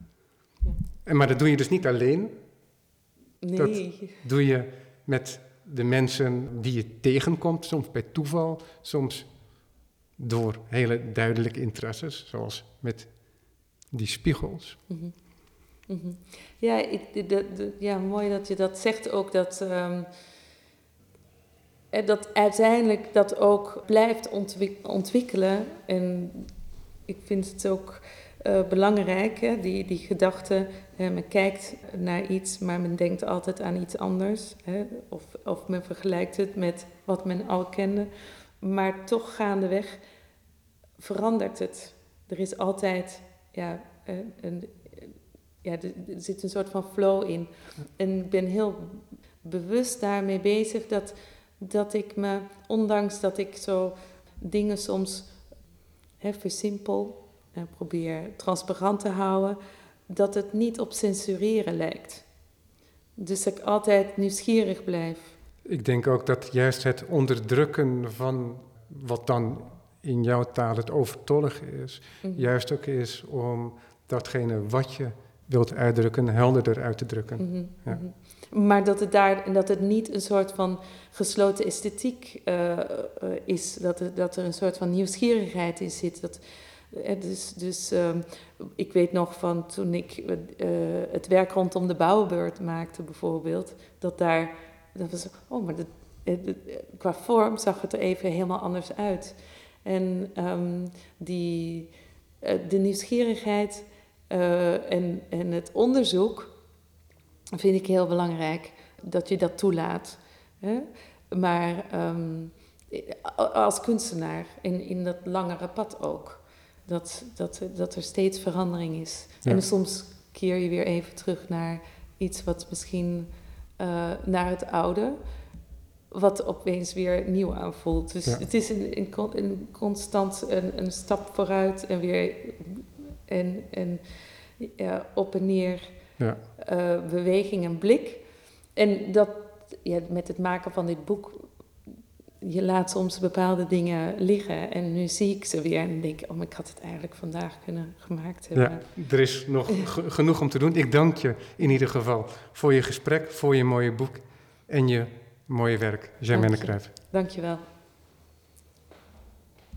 En, maar dat doe je dus niet alleen. Nee. Dat doe je met de mensen die je tegenkomt, soms bij toeval, soms door hele duidelijke interesses, zoals met die spiegels. Mm-hmm. Mm-hmm. Ja, ik, de, de, ja, mooi dat je dat zegt ook, dat, um, dat uiteindelijk dat ook blijft ontwik- ontwikkelen. En ik vind het ook uh, belangrijk, hè, die, die gedachte, hè, men kijkt naar iets, maar men denkt altijd aan iets anders. Hè, of, of men vergelijkt het met wat men al kende, maar toch gaandeweg verandert het. Er is altijd, ja, een, een, ja, er zit een soort van flow in. En ik ben heel bewust daarmee bezig dat, dat ik me, ondanks dat ik zo dingen soms hè, versimpel en probeer transparant te houden, dat het niet op censureren lijkt. Dus dat ik altijd nieuwsgierig blijf. Ik denk ook dat juist het onderdrukken van wat dan in jouw taal het overtollige is, mm-hmm. juist ook is om datgene wat je wilt uitdrukken, helderder uit te drukken. Mm-hmm. Ja. Mm-hmm. Maar dat het, daar, dat het niet een soort van gesloten esthetiek uh, uh, is, dat er, dat er een soort van nieuwsgierigheid in zit, dat, Eh, dus dus um, ik weet nog van toen ik uh, het werk rondom de Bouwbeurt maakte bijvoorbeeld, dat daar, dat was, oh, maar dat, uh, qua vorm zag het er even helemaal anders uit. En um, die, uh, de nieuwsgierigheid uh, en, en het onderzoek vind ik heel belangrijk, dat je dat toelaat. Hè? Maar um, als kunstenaar, in, in dat langere pad ook, dat, dat, dat er steeds verandering is. Ja. En soms keer je weer even terug naar iets wat misschien uh, naar het oude, wat opeens weer nieuw aanvoelt. Dus ja. Het is een, een, een constant een, een stap vooruit en weer en, en ja, op en neer ja. uh, beweging en blik. En dat ja, met het maken van dit boek, je laat soms bepaalde dingen liggen en nu zie ik ze weer en denk oh, maar ik had het eigenlijk vandaag kunnen gemaakt hebben. Ja, er is nog g- genoeg om te doen. Ik dank je in ieder geval voor je gesprek, voor je mooie boek en je mooie werk. Germaine Kruijf. Dank je wel.